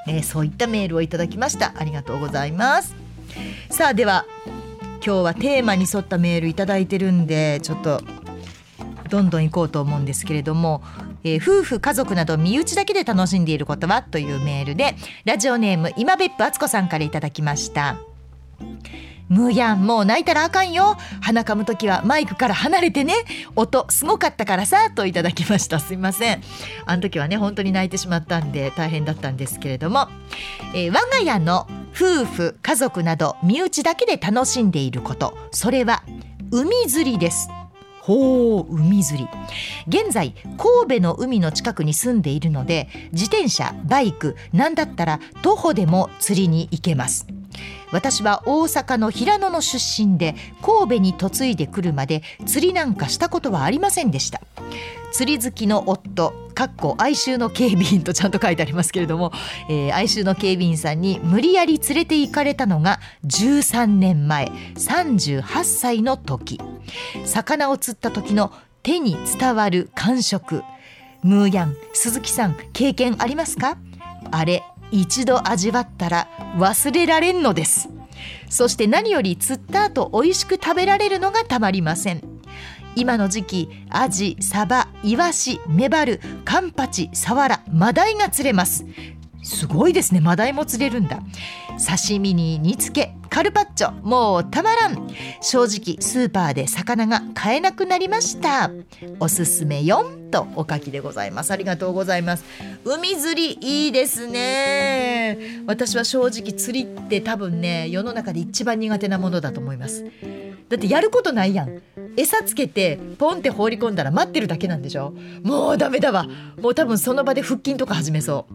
えー、そういったメールをいただきました。ありがとうございます。さあでは今日はテーマに沿ったメールいただいてるんで、ちょっとどんどん行こうと思うんですけれども、えー、夫婦家族など身内だけで楽しんでいることはというメールで、ラジオネーム今別府敦子さんからいただきました。むやん、もう泣いたらあかんよ、鼻かむときはマイクから離れてね、音すごかったからさ、といただきました。すいません、あの時はね本当に泣いてしまったんで大変だったんですけれども、えー、我が家の夫婦家族など身内だけで楽しんでいること、それは海釣りです。ほう、海釣り。現在神戸の海の近くに住んでいるので、自転車、バイク、なんだったら徒歩でも釣りに行けます。私は大阪の平野の出身で、神戸に嫁いでくるまで釣りなんかしたことはありませんでした。釣り好きの夫、かっこ哀愁の警備員とちゃんと書いてありますけれども、えー、哀愁の警備員さんに無理やり連れて行かれたのがじゅうさんねんまえ、さんじゅうはっさいの時。魚を釣った時の手に伝わる感触、ムーヤン、鈴木さん経験ありますか？あれ一度味わったら忘れられんのです。そして何より釣った後美味しく食べられるのがたまりません。今の時期、アジ、サバ、イワシ、メバル、カンパチ、サワラ、マダイが釣れます。すごいですね、マダイも釣れるんだ。刺身に煮付け、カルパッチョ、もうたまらん。正直スーパーで魚が買えなくなりました。おすすめよんとお書きでございます。ありがとうございます。海釣りいいですね。私は正直釣りって多分ね、世の中で一番苦手なものだと思います。だってやることないやん。餌つけてポンって放り込んだら待ってるだけなんでしょ。もうダメだわ。もう多分その場で腹筋とか始めそう。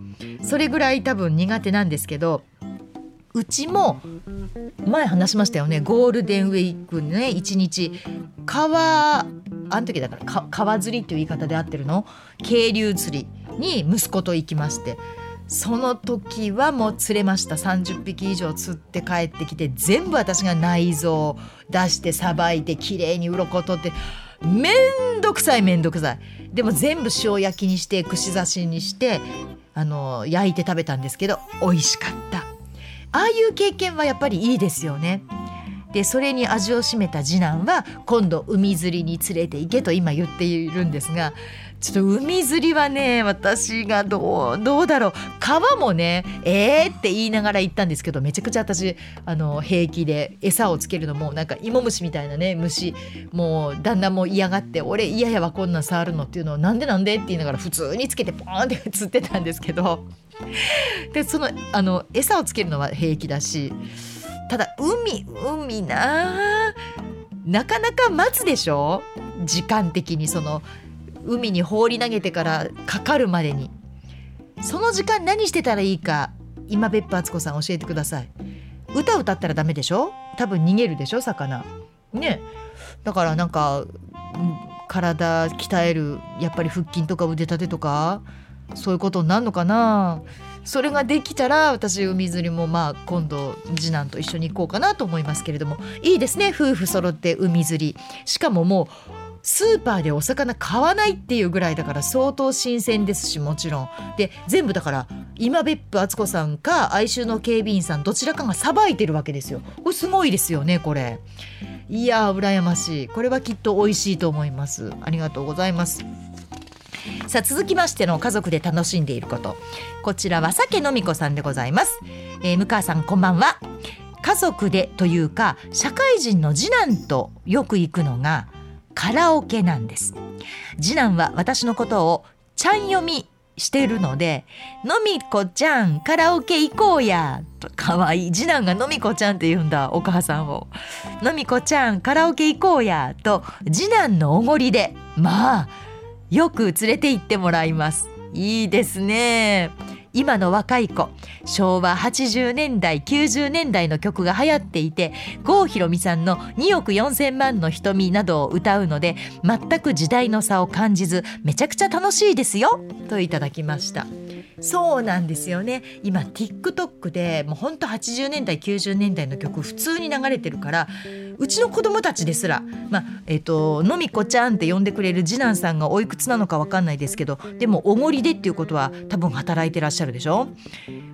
それぐらい多分苦手なんですけど、うちも前話しましたよね、ゴールデンウィークね、一日川、あの時だからか川釣りっていう言い方で合ってるの、渓流釣りに息子と行きまして、その時はもう釣れました。さんじゅっぴき以上釣って帰ってきて、全部私が内臓出してさばいてきれいに鱗取って、めんどくさいめんどくさい。でも全部塩焼きにして串刺しにしてあの焼いて食べたんですけど、美味しかった。ああいう経験はやっぱりいいですよね。でそれに味を占めた次男は今度海釣りに連れて行けと今言っているんですが、ちょっと海釣りはね、私がどう、どうだろう。川もね、えーって言いながら行ったんですけど、めちゃくちゃ私あの平気で、餌をつけるのもなんか芋虫みたいなね虫、もう旦那も嫌がって、俺嫌やわこんなん触るのっていうのを、なんでなんでって言いながら普通につけてポーンって釣ってたんですけどでそのあの餌をつけるのは平気だし、ただ海海ななかなか待つでしょ、時間的に。その海に放り投げてからかかるまでに、その時間何してたらいいか、今別府敦子さん教えてください。歌歌ったらダメでしょ、多分逃げるでしょ魚ね。だからなんか体鍛える、やっぱり腹筋とか腕立てとかそういうことになるのかな。それができたら私海釣りもまあ今度次男と一緒に行こうかなと思いますけれども、いいですね、夫婦揃って海釣り。しかももうスーパーでお魚買わないっていうぐらいだから相当新鮮ですし、もちろんで全部だから今別府敦子さんか哀愁の警備員さんどちらかがさばいてるわけですよ。これすごいですよね。これいやー羨ましい。これはきっと美味しいと思います。ありがとうございます。さあ続きましての家族で楽しんでいること、こちらは酒のみこさんでございます。えー、向川さんこんばんは。家族でというか社会人の次男とよく行くのがカラオケなんです。次男は私のことをちゃん読みしてるので、のみこちゃんカラオケ行こうやと、かわいい。次男がのみこちゃんって言うんだ、お母さんを。のみこちゃんカラオケ行こうやと次男のおごりでまあよく連れて行ってもらいます。いいですね。今の若い子、しょうわはちじゅうねんだいきゅうじゅうねんだいの曲が流行っていて、郷ひろみさんのにおくよんせんまんの瞳などを歌うので全く時代の差を感じずめちゃくちゃ楽しいですよといただきました。そうなんですよね。今 TikTok でもうほんとはちじゅうねんだいきゅうじゅうねんだいの曲普通に流れてるから、うちの子供たちですら、まあえっとのみこちゃんって呼んでくれる次男さんがおいくつなのか分かんないですけど、でもおごりでっていうことは多分働いてらっしゃるでしょ。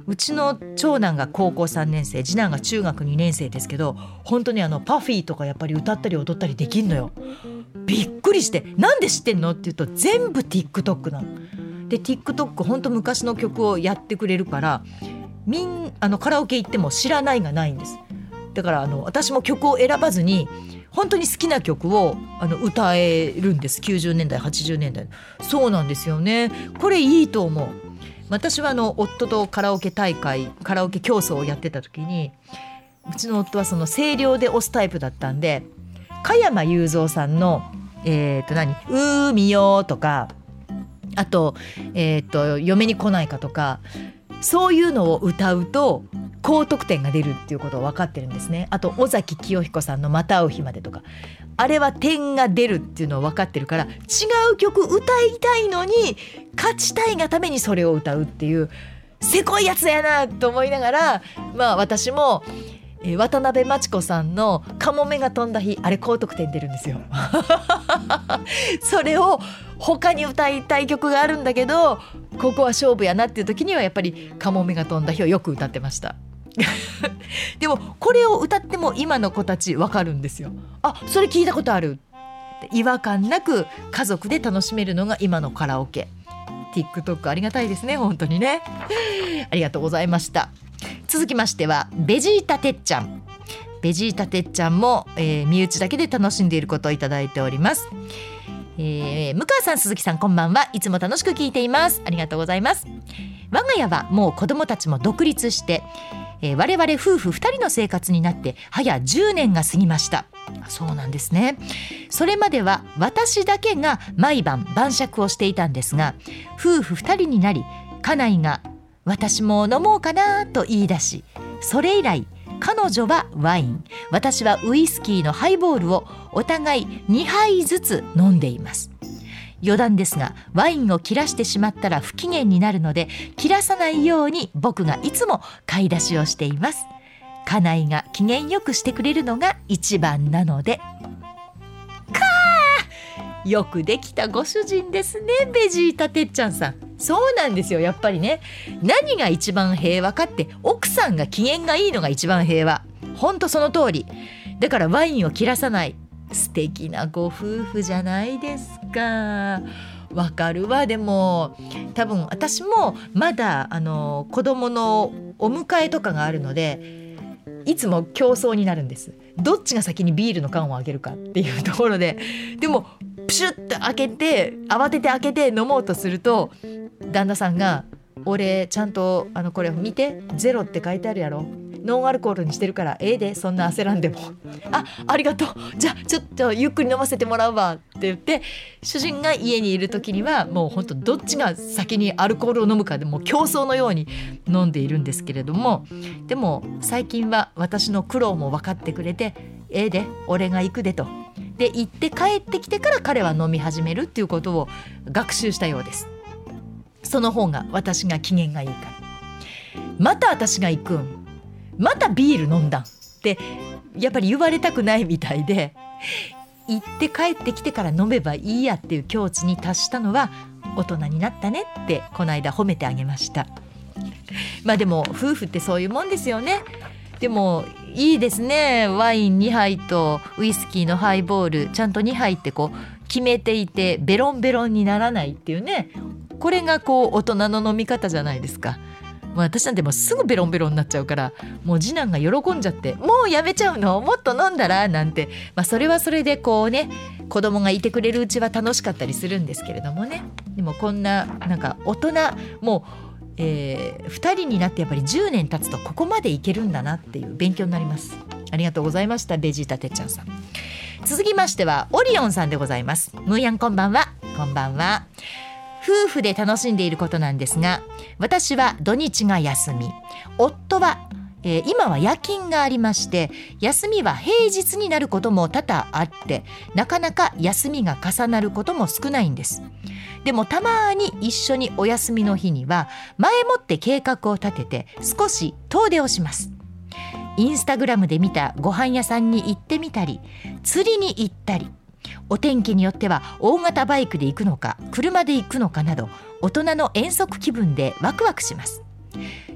うちの長男が高校さんねん生、次男が中学にねん生ですけど、本当にあのパフィーとかやっぱり歌ったり踊ったりできんのよ。びっくりして、なんで知ってんのって言うと全部 TikTok なので、 TikTok 本当昔の曲をやってくれるから、みんあのカラオケ行っても知らないがないんです。だからあの私も曲を選ばずに本当に好きな曲をあの歌えるんです。きゅうじゅうねんだいはちじゅうねんだい。そうなんですよね。これいいと思う。私はあの夫とカラオケ大会カラオケ競争をやってた時に、うちの夫はその声量で押すタイプだったんで、加山雄三さんのえーと何海よとか、あと,、えーと嫁に来ないかとか、そういうのを歌うと高得点が出るっていうことを分かってるんですね。あと尾崎清彦さんのまた会う日までとか、あれは点が出るっていうのを分かってるから、違う曲歌いたいのに勝ちたいがためにそれを歌うっていうせこいやつやなと思いながら、まあ私もえー、渡辺真知子さんのカモメが飛んだ日、あれ高得点出るんですよそれを他に歌いたい曲があるんだけど、ここは勝負やなっていう時にはやっぱりカモメが飛んだ日をよく歌ってましたでもこれを歌っても今の子たちわかるんですよ。あ、それ聞いたことあるって違和感なく家族で楽しめるのが今のカラオケ。 TikTok ありがたいですね、本当にねありがとうございました。続きましてはベジータてっちゃん。ベジータてっちゃんも、えー、身内だけで楽しんでいることをいただいております。えー、向川さん、鈴木さん、こんばんは。いつも楽しく聞いています。ありがとうございます。我が家はもう子供たちも独立して、えー、我々夫婦ふたりの生活になって早じゅうねんが過ぎました。そうなんですね。それまでは私だけが毎晩晩酌をしていたんですが、夫婦ふたりになり家内が私も飲もうかなと言い出し、それ以来彼女はワイン、私はウイスキーのハイボールをお互いにはいずつ飲んでいます。余談ですが、ワインを切らしてしまったら不機嫌になるので、切らさないように僕がいつも買い出しをしています。家内が機嫌よくしてくれるのが一番なので。かー、よくできたご主人ですね、ベジータてっちゃんさん。そうなんですよ。やっぱりね、何が一番平和かって、奥さんが機嫌がいいのが一番平和。ほんとその通り。だからワインを切らさない、素敵なご夫婦じゃないですか。わかるわ。でも多分私もまだあの子供のお迎えとかがあるので、いつも競争になるんです。どっちが先にビールの缶を開けるかっていうところで、でもプシュッと開けて、慌てて開けて飲もうとすると、旦那さんが俺ちゃんとあのこれ見て、ゼロって書いてあるやろ、ノンアルコールにしてるからええで、そんな焦らんでもあ、ありがとう、じゃあちょっとゆっくり飲ませてもらうわって言って、主人が家にいる時にはもうほんとどっちが先にアルコールを飲むかでもう競争のように飲んでいるんですけれども、でも最近は私の苦労も分かってくれて、ええで俺が行くでと、で行って帰ってきてから彼は飲み始めるっていうことを学習したようです。その方が私が機嫌がいいから。また私が行くん、またビール飲んだんってやっぱり言われたくないみたいで、行って帰ってきてから飲めばいいやっていう境地に達したのは大人になったねってこの間褒めてあげました。まあでも夫婦ってそういうもんですよね。でもいいですね。ワインにはいとウイスキーのハイボールちゃんとにはいってこう決めていて、ベロンベロンにならないっていうね、これがこう大人の飲み方じゃないですか。もう私なんてもうすぐベロンベロンになっちゃうから、もう次男が喜んじゃって、もうやめちゃうの、もっと飲んだらなんて、まあ、それはそれでこうね、子供がいてくれるうちは楽しかったりするんですけれどもね。でもこんななんか大人もう、えー、ふたりになってやっぱりじゅうねん経つとここまでいけるんだなっていう勉強になります。ありがとうございました、ベジータてっちゃんさん。続きましてはオリオンさんでございます。ムーヤンこんばんは。こんばんは。夫婦で楽しんでいることなんですが、私は土日が休み、夫は、えー、今は夜勤がありまして、休みは平日になることも多々あって、なかなか休みが重なることも少ないんです。でもたまに一緒にお休みの日には前もって計画を立てて少し遠出をします。インスタグラムで見たご飯屋さんに行ってみたり、釣りに行ったり、お天気によっては大型バイクで行くのか車で行くのかなど、大人の遠足気分でワクワクします。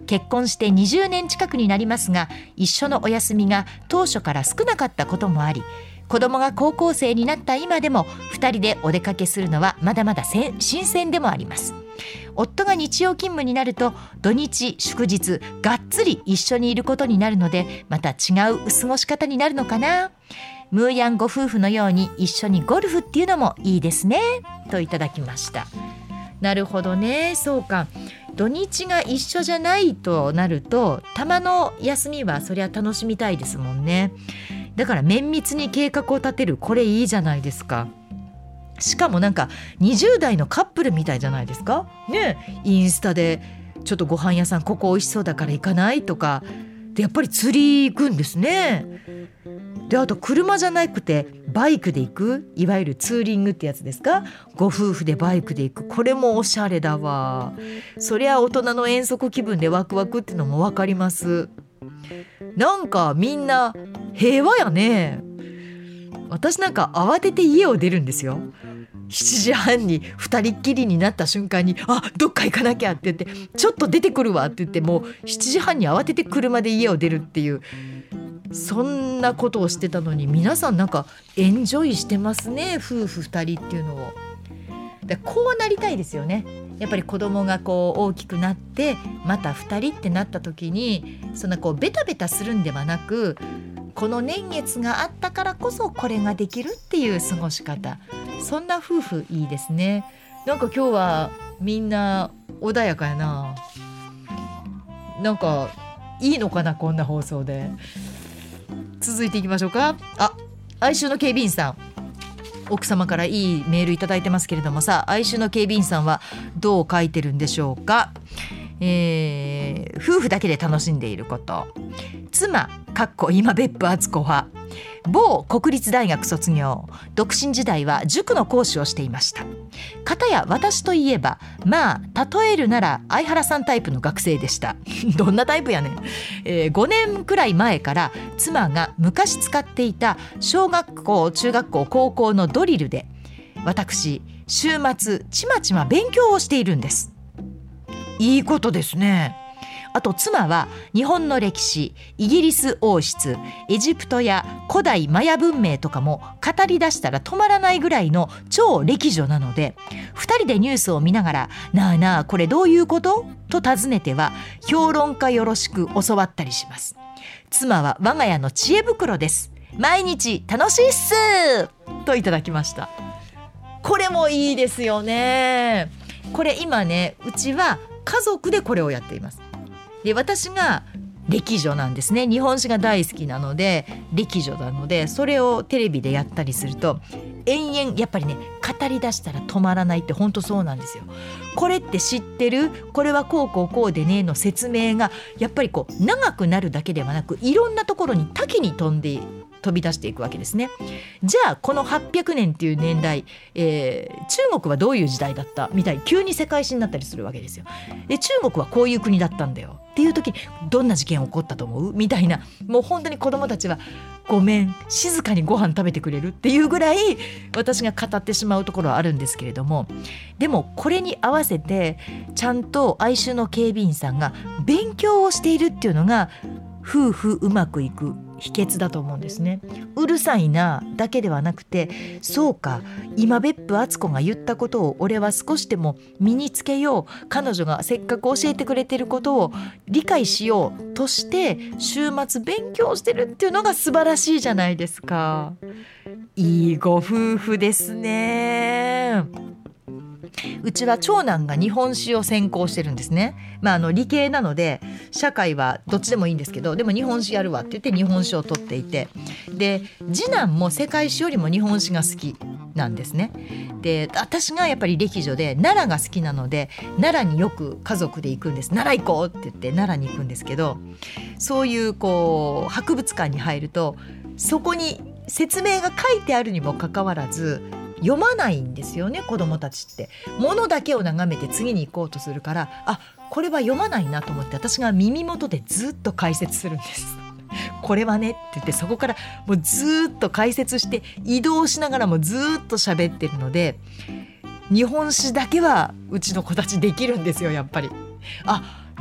結婚してにじゅうねん近くになりますが、一緒のお休みが当初から少なかったこともあり、子供が高校生になった今でもふたりでお出かけするのはまだまだ新鮮でもあります。夫が日曜勤務になると土日祝日がっつり一緒にいることになるので、また違う過ごし方になるのかな。ムーヤンご夫婦のように一緒にゴルフっていうのもいいですね、といただきました。なるほどね。そうか、土日が一緒じゃないとなると、たまの休みはそりゃ楽しみたいですもんね。だから綿密に計画を立てる、これいいじゃないですか。しかもなんかにじゅう代のカップルみたいじゃないですかね。インスタでちょっとご飯屋さんここ美味しそうだから行かないとかで、やっぱり釣り行くんですね。であと車じゃなくてバイクで行く、いわゆるツーリングってやつですか。ご夫婦でバイクで行く、これもおしゃれだわ。そりゃ大人の遠足気分でワクワクってのもわかります。なんかみんな平和やね。私なんか慌てて家を出るんですよ。しちじはんにふたりっきりになった瞬間に、あ、どっか行かなきゃって言って、ちょっと出てくるわって言って、もうしちじはんに慌てて車で家を出るっていう、そんなことをしてたのに、皆さんなんかエンジョイしてますね、夫婦ふたりっていうのを。でこうなりたいですよね。やっぱり子供がこう大きくなってまたふたりってなった時に、そんなこうベタベタするんではなく、この年月があったからこそこれができるっていう過ごし方、そんな夫婦いいですね。なんか今日はみんな穏やかやな。なんかいいのかな、こんな放送で。続いていきましょうか。あ、哀愁の警備員さん、奥様からいいメールいただいてますけれども、さあ哀愁の警備員さんはどう書いてるんでしょうか。えー、夫婦だけで楽しんでいること。妻かっこ今別府敦子派、某国立大学卒業、独身時代は塾の講師をしていました。片や私といえば、まあ例えるなら相原さんタイプの学生でしたどんなタイプやねん、えー、ごねんくらい前から妻が昔使っていた小学校中学校高校のドリルで、私週末ちまちま勉強をしているんです。いいことですね。あと妻は日本の歴史、イギリス王室、エジプトや古代マヤ文明とかも語り出したら止まらないぐらいの超歴女なので、ふたりでニュースを見ながら、なあなあこれどういうこと?と尋ねては評論家よろしく教わったりします。妻は我が家の知恵袋です。毎日楽しいっすといただきました。これもいいですよね。これ今ね、うちは家族でこれをやっています。で私が歴女なんですね。日本史が大好きなので歴女なので、それをテレビでやったりすると延々やっぱりね、語り出したら止まらないって、本当そうなんですよ。これって知ってる?これはこうこうこうでねの説明がやっぱりこう長くなるだけではなく、いろんなところに多岐に飛んで飛び出していくわけですね。じゃあこのはっぴゃくねんっていう年代、えー、中国はどういう時代だったみたいに急に世界史になったりするわけですよ。で中国はこういう国だったんだよっていう時に、どんな事件起こったと思うみたいな、もう本当に子どもたちはごめん静かにご飯食べてくれるっていうぐらい私が語ってしまうところはあるんですけれども、でもこれに合わせてちゃんと哀愁の警備員さんが勉強をしているっていうのが夫婦うまくいく秘訣だと思うんですね。うるさいなだけではなくて、そうか今別府敦子が言ったことを俺は少しでも身につけよう、彼女がせっかく教えてくれてることを理解しようとして週末勉強してるっていうのが素晴らしいじゃないですか。いいご夫婦ですね。うちは長男が日本史を専攻してるんですね。まあ、あの理系なので社会はどっちでもいいんですけど、でも日本史やるわって言って日本史を取っていて、で次男も世界史よりも日本史が好きなんですね。で私がやっぱり歴女で奈良が好きなので、奈良によく家族で行くんです。奈良行こうって言って奈良に行くんですけど、そういうこう博物館に入るとそこに説明が書いてあるにもかかわらず読まないんですよね。子どもたちって物だけを眺めて次に行こうとするから、あ、これは読まないなと思って私が耳元でずっと解説するんですこれはねって言って、そこからもうずっと解説して移動しながらもずっと喋ってるので、日本史だけはうちの子たちできるんですよ。やっぱりあ、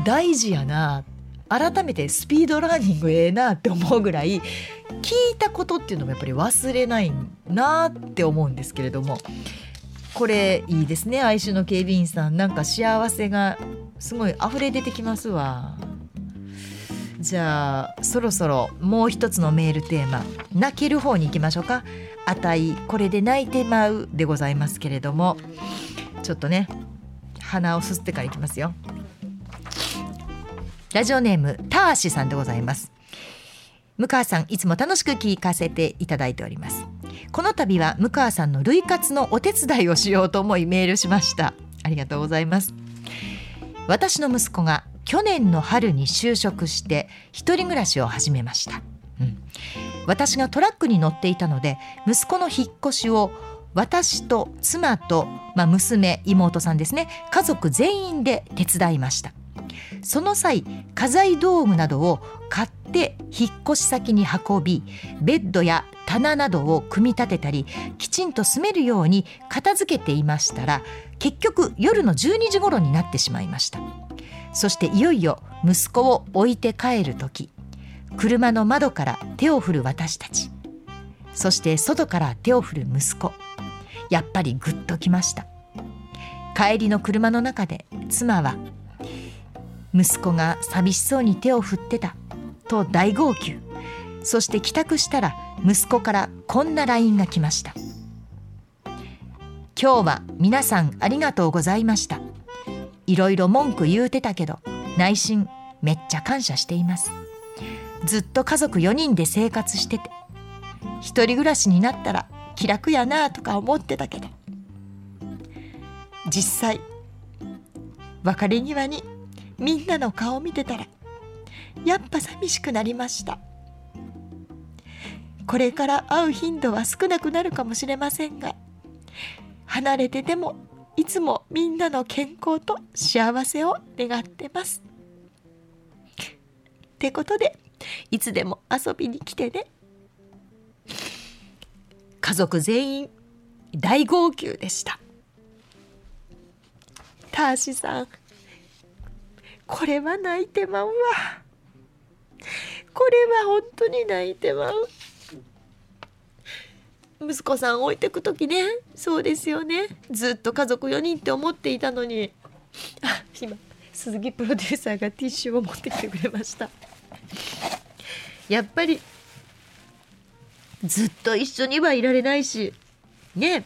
大事やな、改めてスピードラーニングええなって思うぐらい、聞いたことっていうのもやっぱり忘れないなって思うんですけれども、これいいですね。愛愁の警備員さん、なんか幸せがすごい溢れ出てきますわ。じゃあそろそろもう一つのメールテーマ、泣ける方に行きましょうか。あたいこれで泣いてまうでございますけれども、ちょっとね鼻をすすってからいきますよ。ラジオネームターシさんでございます。向川さん、いつも楽しく聞かせていただいております。この度は向川さんの類活のお手伝いをしようと思いメールしました。ありがとうございます。私の息子が去年の春に就職して一人暮らしを始めました、うん、私がトラックに乗っていたので、息子の引っ越しを私と妻と、まあ、娘妹さんですね、家族全員で手伝いました。その際、家財道具などを買って引っ越し先に運び、ベッドや棚などを組み立てたり、きちんと住めるように片付けていましたら、結局夜のじゅうにじ頃になってしまいました。そしていよいよ息子を置いて帰る時、車の窓から手を振る私たち、そして外から手を振る息子、やっぱりグッときました。帰りの車の中で妻は、息子が寂しそうに手を振ってたと大号泣。そして帰宅したら息子からこんな ライン が来ました。今日は皆さんありがとうございました。いろいろ文句言うてたけど、内心めっちゃ感謝しています。ずっと家族よにんで生活してて、一人暮らしになったら気楽やなとか思ってたけど、実際別れ際にみんなの顔を見てたらやっぱ寂しくなりました。これから会う頻度は少なくなるかもしれませんが、離れててもいつもみんなの健康と幸せを願ってます。ってことで、いつでも遊びに来てね。家族全員大号泣でした。ターシさん、これは泣いてまうわ。これは本当に泣いてまう。息子さん置いてくときね、そうですよね。ずっと家族よにんって思っていたのに、あ、今鈴木プロデューサーがティッシュを持ってきてくれました。やっぱりずっと一緒にはいられないしね、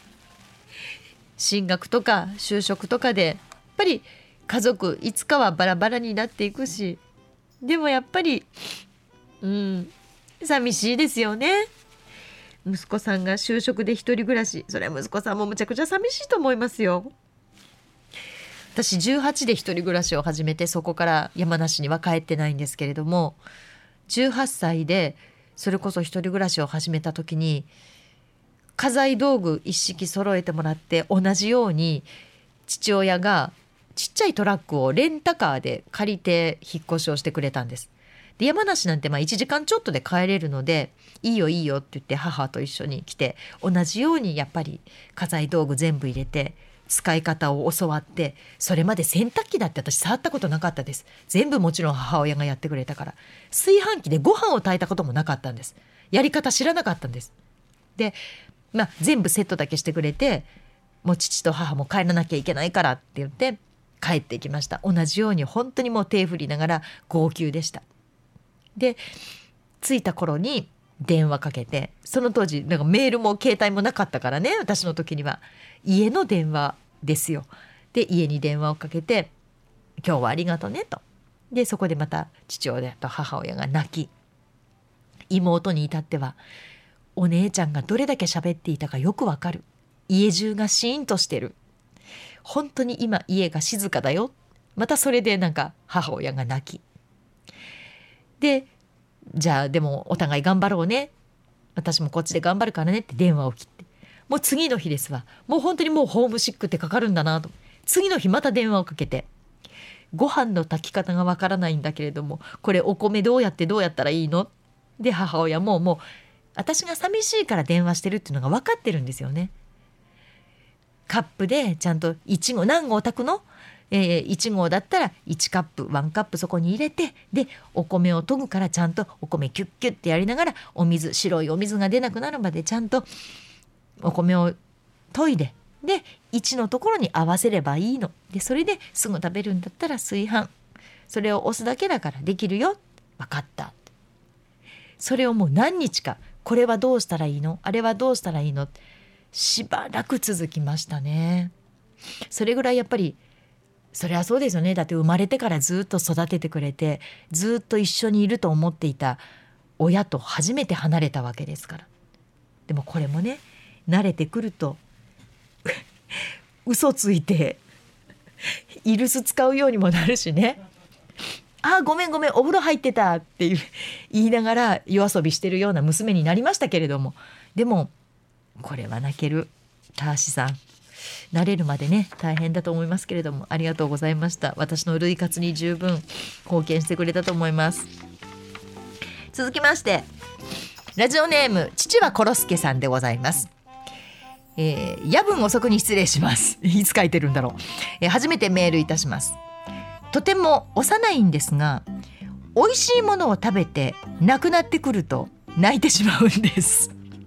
進学とか就職とかでやっぱり家族いつかはバラバラになっていくし、でもやっぱりうん寂しいですよね。息子さんが就職で一人暮らし、それは息子さんもむちゃくちゃ寂しいと思いますよ。私じゅうはちで一人暮らしを始めて、そこから山梨には帰ってないんですけれども、じゅうはっさいでそれこそ一人暮らしを始めた時に、家財道具一式揃えてもらって、同じように父親がちっちゃいトラックをレンタカーで借りて引っ越しをしてくれたんです。で、山梨なんてまあいちじかんちょっとで帰れるので、いいよいいよって言って母と一緒に来て、同じようにやっぱり家財道具全部入れて使い方を教わって、それまで洗濯機だって私触ったことなかったです。全部もちろん母親がやってくれたから。炊飯器でご飯を炊いたこともなかったんです。やり方知らなかったんです。で、まあ、全部セットだけしてくれて、もう父と母も帰らなきゃいけないからって言って帰ってきました。同じように本当にもう手振りながら号泣でした。で、着いた頃に電話かけて、その当時なんかメールも携帯もなかったからね、私の時には家の電話ですよ。で、家に電話をかけて、今日はありがとねと。で、そこでまた父親と母親が泣き、妹に至ってはお姉ちゃんがどれだけ喋っていたかよくわかる。家中がシーンとしてる。本当に今家が静かだよ。またそれでなんか母親が泣き。で、じゃあでもお互い頑張ろうね。私もこっちで頑張るからねって電話を切って。もう次の日ですわ。もう本当にもうホームシックってかかるんだなと。次の日また電話をかけて。ご飯の炊き方がわからないんだけれども、これお米どうやってどうやったらいいの？で、母親ももう私が寂しいから電話してるっていうのが分かってるんですよね。カップでちゃんといちご何合炊くの？ えー、いちごうだったらいちカップいちカップそこに入れて、でお米を研ぐからちゃんとお米キュッキュッってやりながら、お水白いお水が出なくなるまでちゃんとお米を研いで、でいちのところに合わせればいいので、それですぐ食べるんだったら炊飯、それを押すだけだからできるよ、分かった。それをもう何日か、これはどうしたらいいの、あれはどうしたらいいの、しばらく続きましたね。それぐらいやっぱり、そりゃそうですよね。だって生まれてからずっと育ててくれて、ずっと一緒にいると思っていた親と初めて離れたわけですから。でもこれもね、慣れてくると嘘ついてイルス使うようにもなるしね。あごめんごめんお風呂入ってたっていう言いながら夜遊びしてるような娘になりましたけれども、でもこれは泣ける。たーしさん慣れるまでね大変だと思いますけれども、ありがとうございました。私の類活に十分貢献してくれたと思います。続きまして、ラジオネーム父はコロスケさんでございます。えー、夜分遅くに失礼します。いつ書いてるんだろう、えー、初めてメールいたします。とても幼いんですが、美味しいものを食べてなくなってくると泣いてしまうんです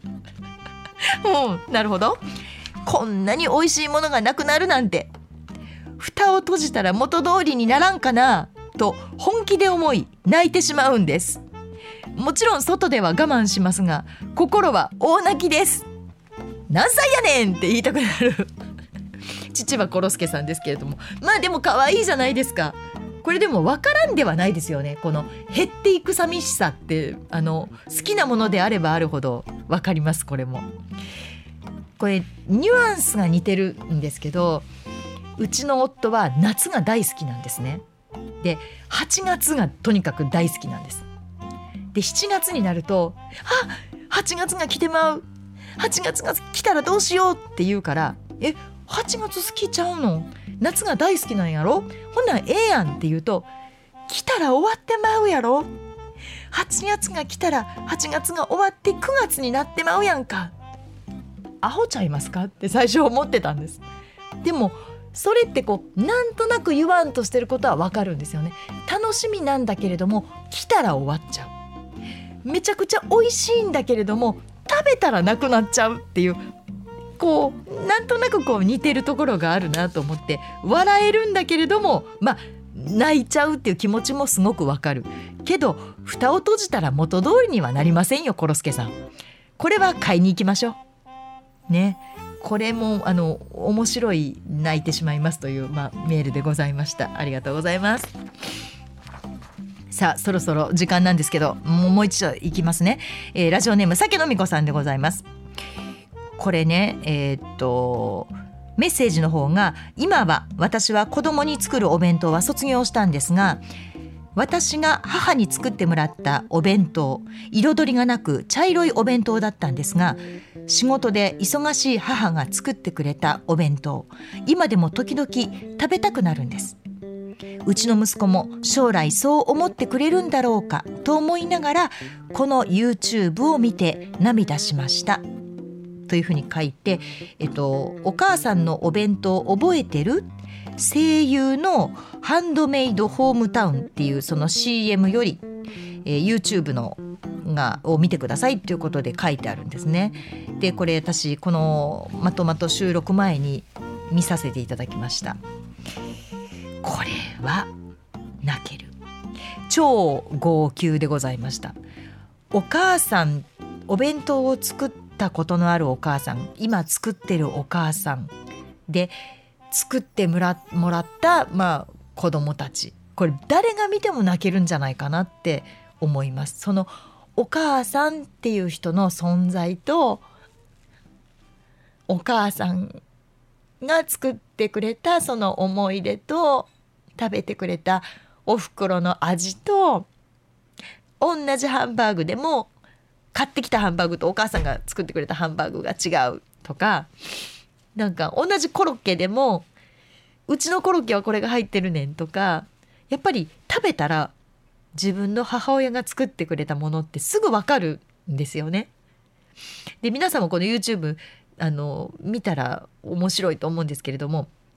うん、なるほど。こんなに美味しいものがなくなるなんて、蓋を閉じたら元通りにならんかなと本気で思い泣いてしまうんです。もちろん外では我慢しますが、心は大泣きです。何歳やねんって言いたくなる父はコロスケさんですけれども、まあでも可愛いじゃないですか。これでも分からんではないですよね。この減っていく寂しさって、あの好きなものであればあるほど分かります。これもこれニュアンスが似てるんですけど、うちの夫は夏が大好きなんですね。ではちがつがとにかく大好きなんです。でしちがつになると、あはちがつが来てまう、はちがつが来たらどうしようって言うから、えはちがつ好きちゃうの、夏が大好きなんやろ、ほんならええやんって言うと、来たら終わってまうやろ、はちがつが来たらはちがつが終わってくがつになってまうやんか、アホちゃいますかって最初思ってたんです。でもそれってこうなんとなく言わんとしてることはわかるんですよね。楽しみなんだけれども来たら終わっちゃう、めちゃくちゃ美味しいんだけれども食べたらなくなっちゃうっていう、こうなんとなくこう似てるところがあるなと思って、笑えるんだけれどもまあ泣いちゃうっていう気持ちもすごくわかるけど、蓋を閉じたら元通りにはなりませんよコロスケさん。これは買いに行きましょうね。これもあの面白い泣いてしまいますという、まあ、メールでございました。ありがとうございます。さあそろそろ時間なんですけど、もうもう一度いきますね。えー、ラジオネームさけのみこさんでございます。これね、えー、っとメッセージの方が、今は私は子供に作るお弁当は卒業したんですが、私が母に作ってもらったお弁当、彩りがなく茶色いお弁当だったんですが、仕事で忙しい母が作ってくれたお弁当、今でも時々食べたくなるんです。うちの息子も将来そう思ってくれるんだろうかと思いながら、この YouTube を見て涙しましたというふうに書いて、えっと、お母さんのお弁当覚えてる？声優のハンドメイドホームタウンっていうその シーエム より、えー、YouTube のがを見てくださいということで書いてあるんですね。でこれ私このまとまと収録前に見させていただきました。これは泣ける、超号泣でございました。お母さん、お弁当を作ったことのあるお母さん、今作ってるお母さんで作ってもら、もらった、まあ、子供たち、これ誰が見ても泣けるんじゃないかなって思います。そのお母さんっていう人の存在と、お母さんが作ってくれたその思い出と、食べてくれたお袋の味と、同じハンバーグでも買ってきたハンバーグとお母さんが作ってくれたハンバーグが違うとか、なんか同じコロッケでもうちのコロッケはこれが入ってるねんとか、やっぱり食べたら自分の母親が作ってくれたものってすぐ分かるんですよね。で皆さんもこの YouTube あの見たら面白いと思うんですけれども、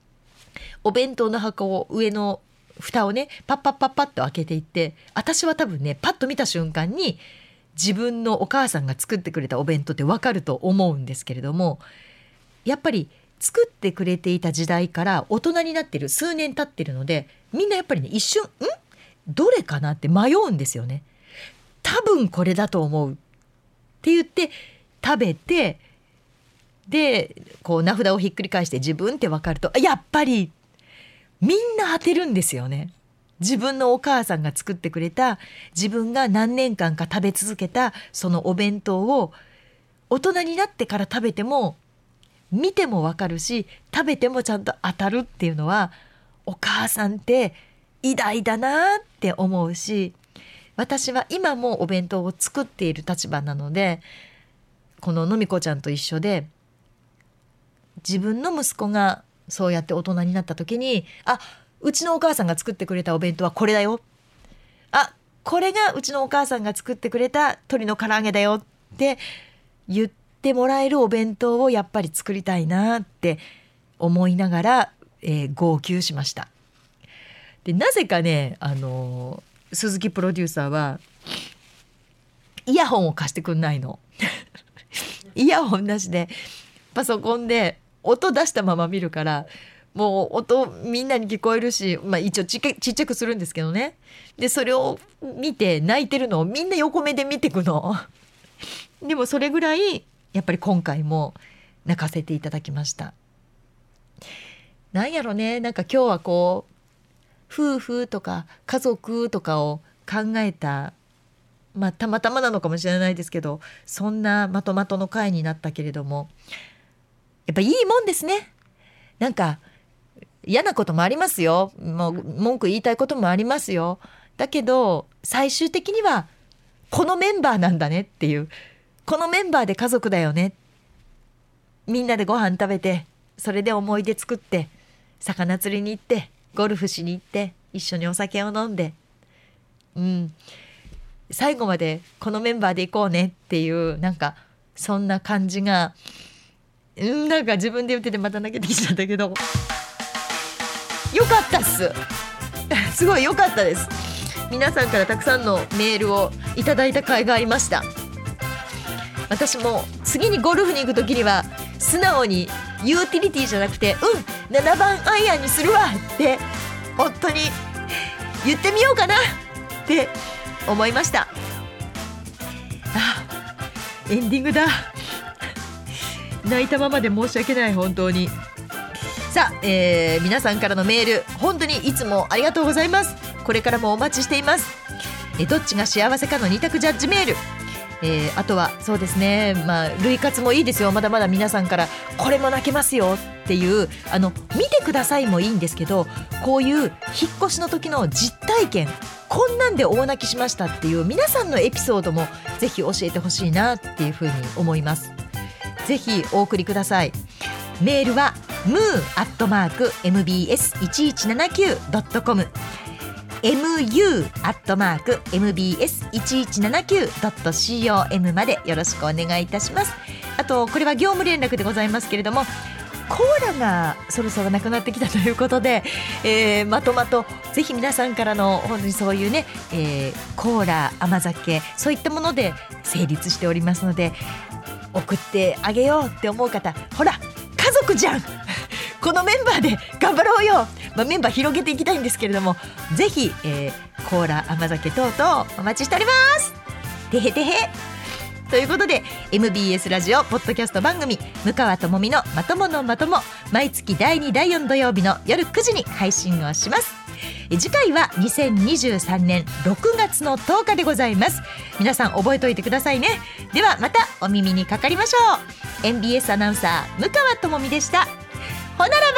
お弁当の箱を上の蓋をねパッパッパッパッと開けていって、私は多分ねパッと見た瞬間に自分のお母さんが作ってくれたお弁当って分かると思うんですけれども、やっぱり作ってくれていた時代から大人になってる数年経ってるので、みんなやっぱりね一瞬んどれかなって迷うんですよね。多分これだと思うって言って食べて、でこう名札をひっくり返して自分って分かると、やっぱりみんな当てるんですよね。自分のお母さんが作ってくれた、自分が何年間か食べ続けたそのお弁当を大人になってから食べても見ても分かるし、食べてもちゃんと当たるっていうのは、お母さんって偉大だなって思うし、私は今もお弁当を作っている立場なので、こののみこちゃんと一緒で、自分の息子がそうやって大人になった時に、あ、うちのお母さんが作ってくれたお弁当はこれだよ、あ、これがうちのお母さんが作ってくれた鶏の唐揚げだよって言ってもらえるお弁当をやっぱり作りたいなって思いながら、えー、号泣しました。でなぜかね、あのー、鈴木プロデューサーはイヤホンを貸してくんないのイヤホンなしでパソコンで音出したまま見るから、もう音みんなに聞こえるし、まあ、一応ちっちっちゃくするんですけどね。でそれを見て泣いてるのをみんな横目で見てくのでもそれぐらいやっぱり今回も泣かせていただきました。なんやろね、なんか今日はこう夫婦とか家族とかを考えた、まあたまたまなのかもしれないですけど、そんなまとまとの回になったけれども、やっぱいいもんですね。なんか嫌なこともありますよ、もう文句言いたいこともありますよ。だけど最終的にはこのメンバーなんだねっていう、このメンバーで家族だよね、みんなでご飯食べて、それで思い出作って、魚釣りに行ってゴルフしに行って一緒にお酒を飲んで、うん、最後までこのメンバーで行こうねっていう、なんかそんな感じが、うん、なんか自分で言っててまた泣けてきちゃったけど、よかったっすすごいよかったです。皆さんからたくさんのメールをいただいた甲斐がありました。私も次にゴルフに行く時には素直にユーティリティじゃなくて、うんななばんアイアンにするわって本当に言ってみようかなって思いました。あ、エンディングだ。泣いたままで申し訳ない、本当に。さあ、えー、皆さんからのメール本当にいつもありがとうございます。これからもお待ちしています。えどっちが幸せかのに択ジャッジメール、えー、あとはそうですね、まあ類活もいいですよ。まだまだ皆さんからこれも泣けますよっていう、あの見てくださいもいいんですけど、こういう引っ越しの時の実体験、こんなんで大泣きしましたっていう皆さんのエピソードもぜひ教えてほしいなっていうふうに思います。ぜひお送りください。メールは ムー アットマーク エムビーエスいちいちななきゅう ドットコム エムユー アットマーク エムビーエスいちいちななきゅう ドットコム までよろしくお願いいたします。あとこれは業務連絡でございますけれども、コーラがそろそろなくなってきたということで、えー、まとまとぜひ皆さんからの本当にそういうね、えー、コーラ、甘酒、そういったもので成立しておりますので、送ってあげようって思う方、ほら家族じゃんこのメンバーで頑張ろうよ、まあ、メンバー広げていきたいんですけれども、ぜひ、えー、コーラ、甘酒等々お待ちしております。てへてへということで エムビーエス ラジオポッドキャスト番組向川智美のまとものまとも、毎月だいにだいよん土曜日の夜くじに配信をします。次回はにせんにじゅうさんねんろくがつのとおかでございます。皆さん覚えておいてくださいね。ではまたお耳にかかりましょう。 エムビーエス アナウンサー向川智美でした。ほなら。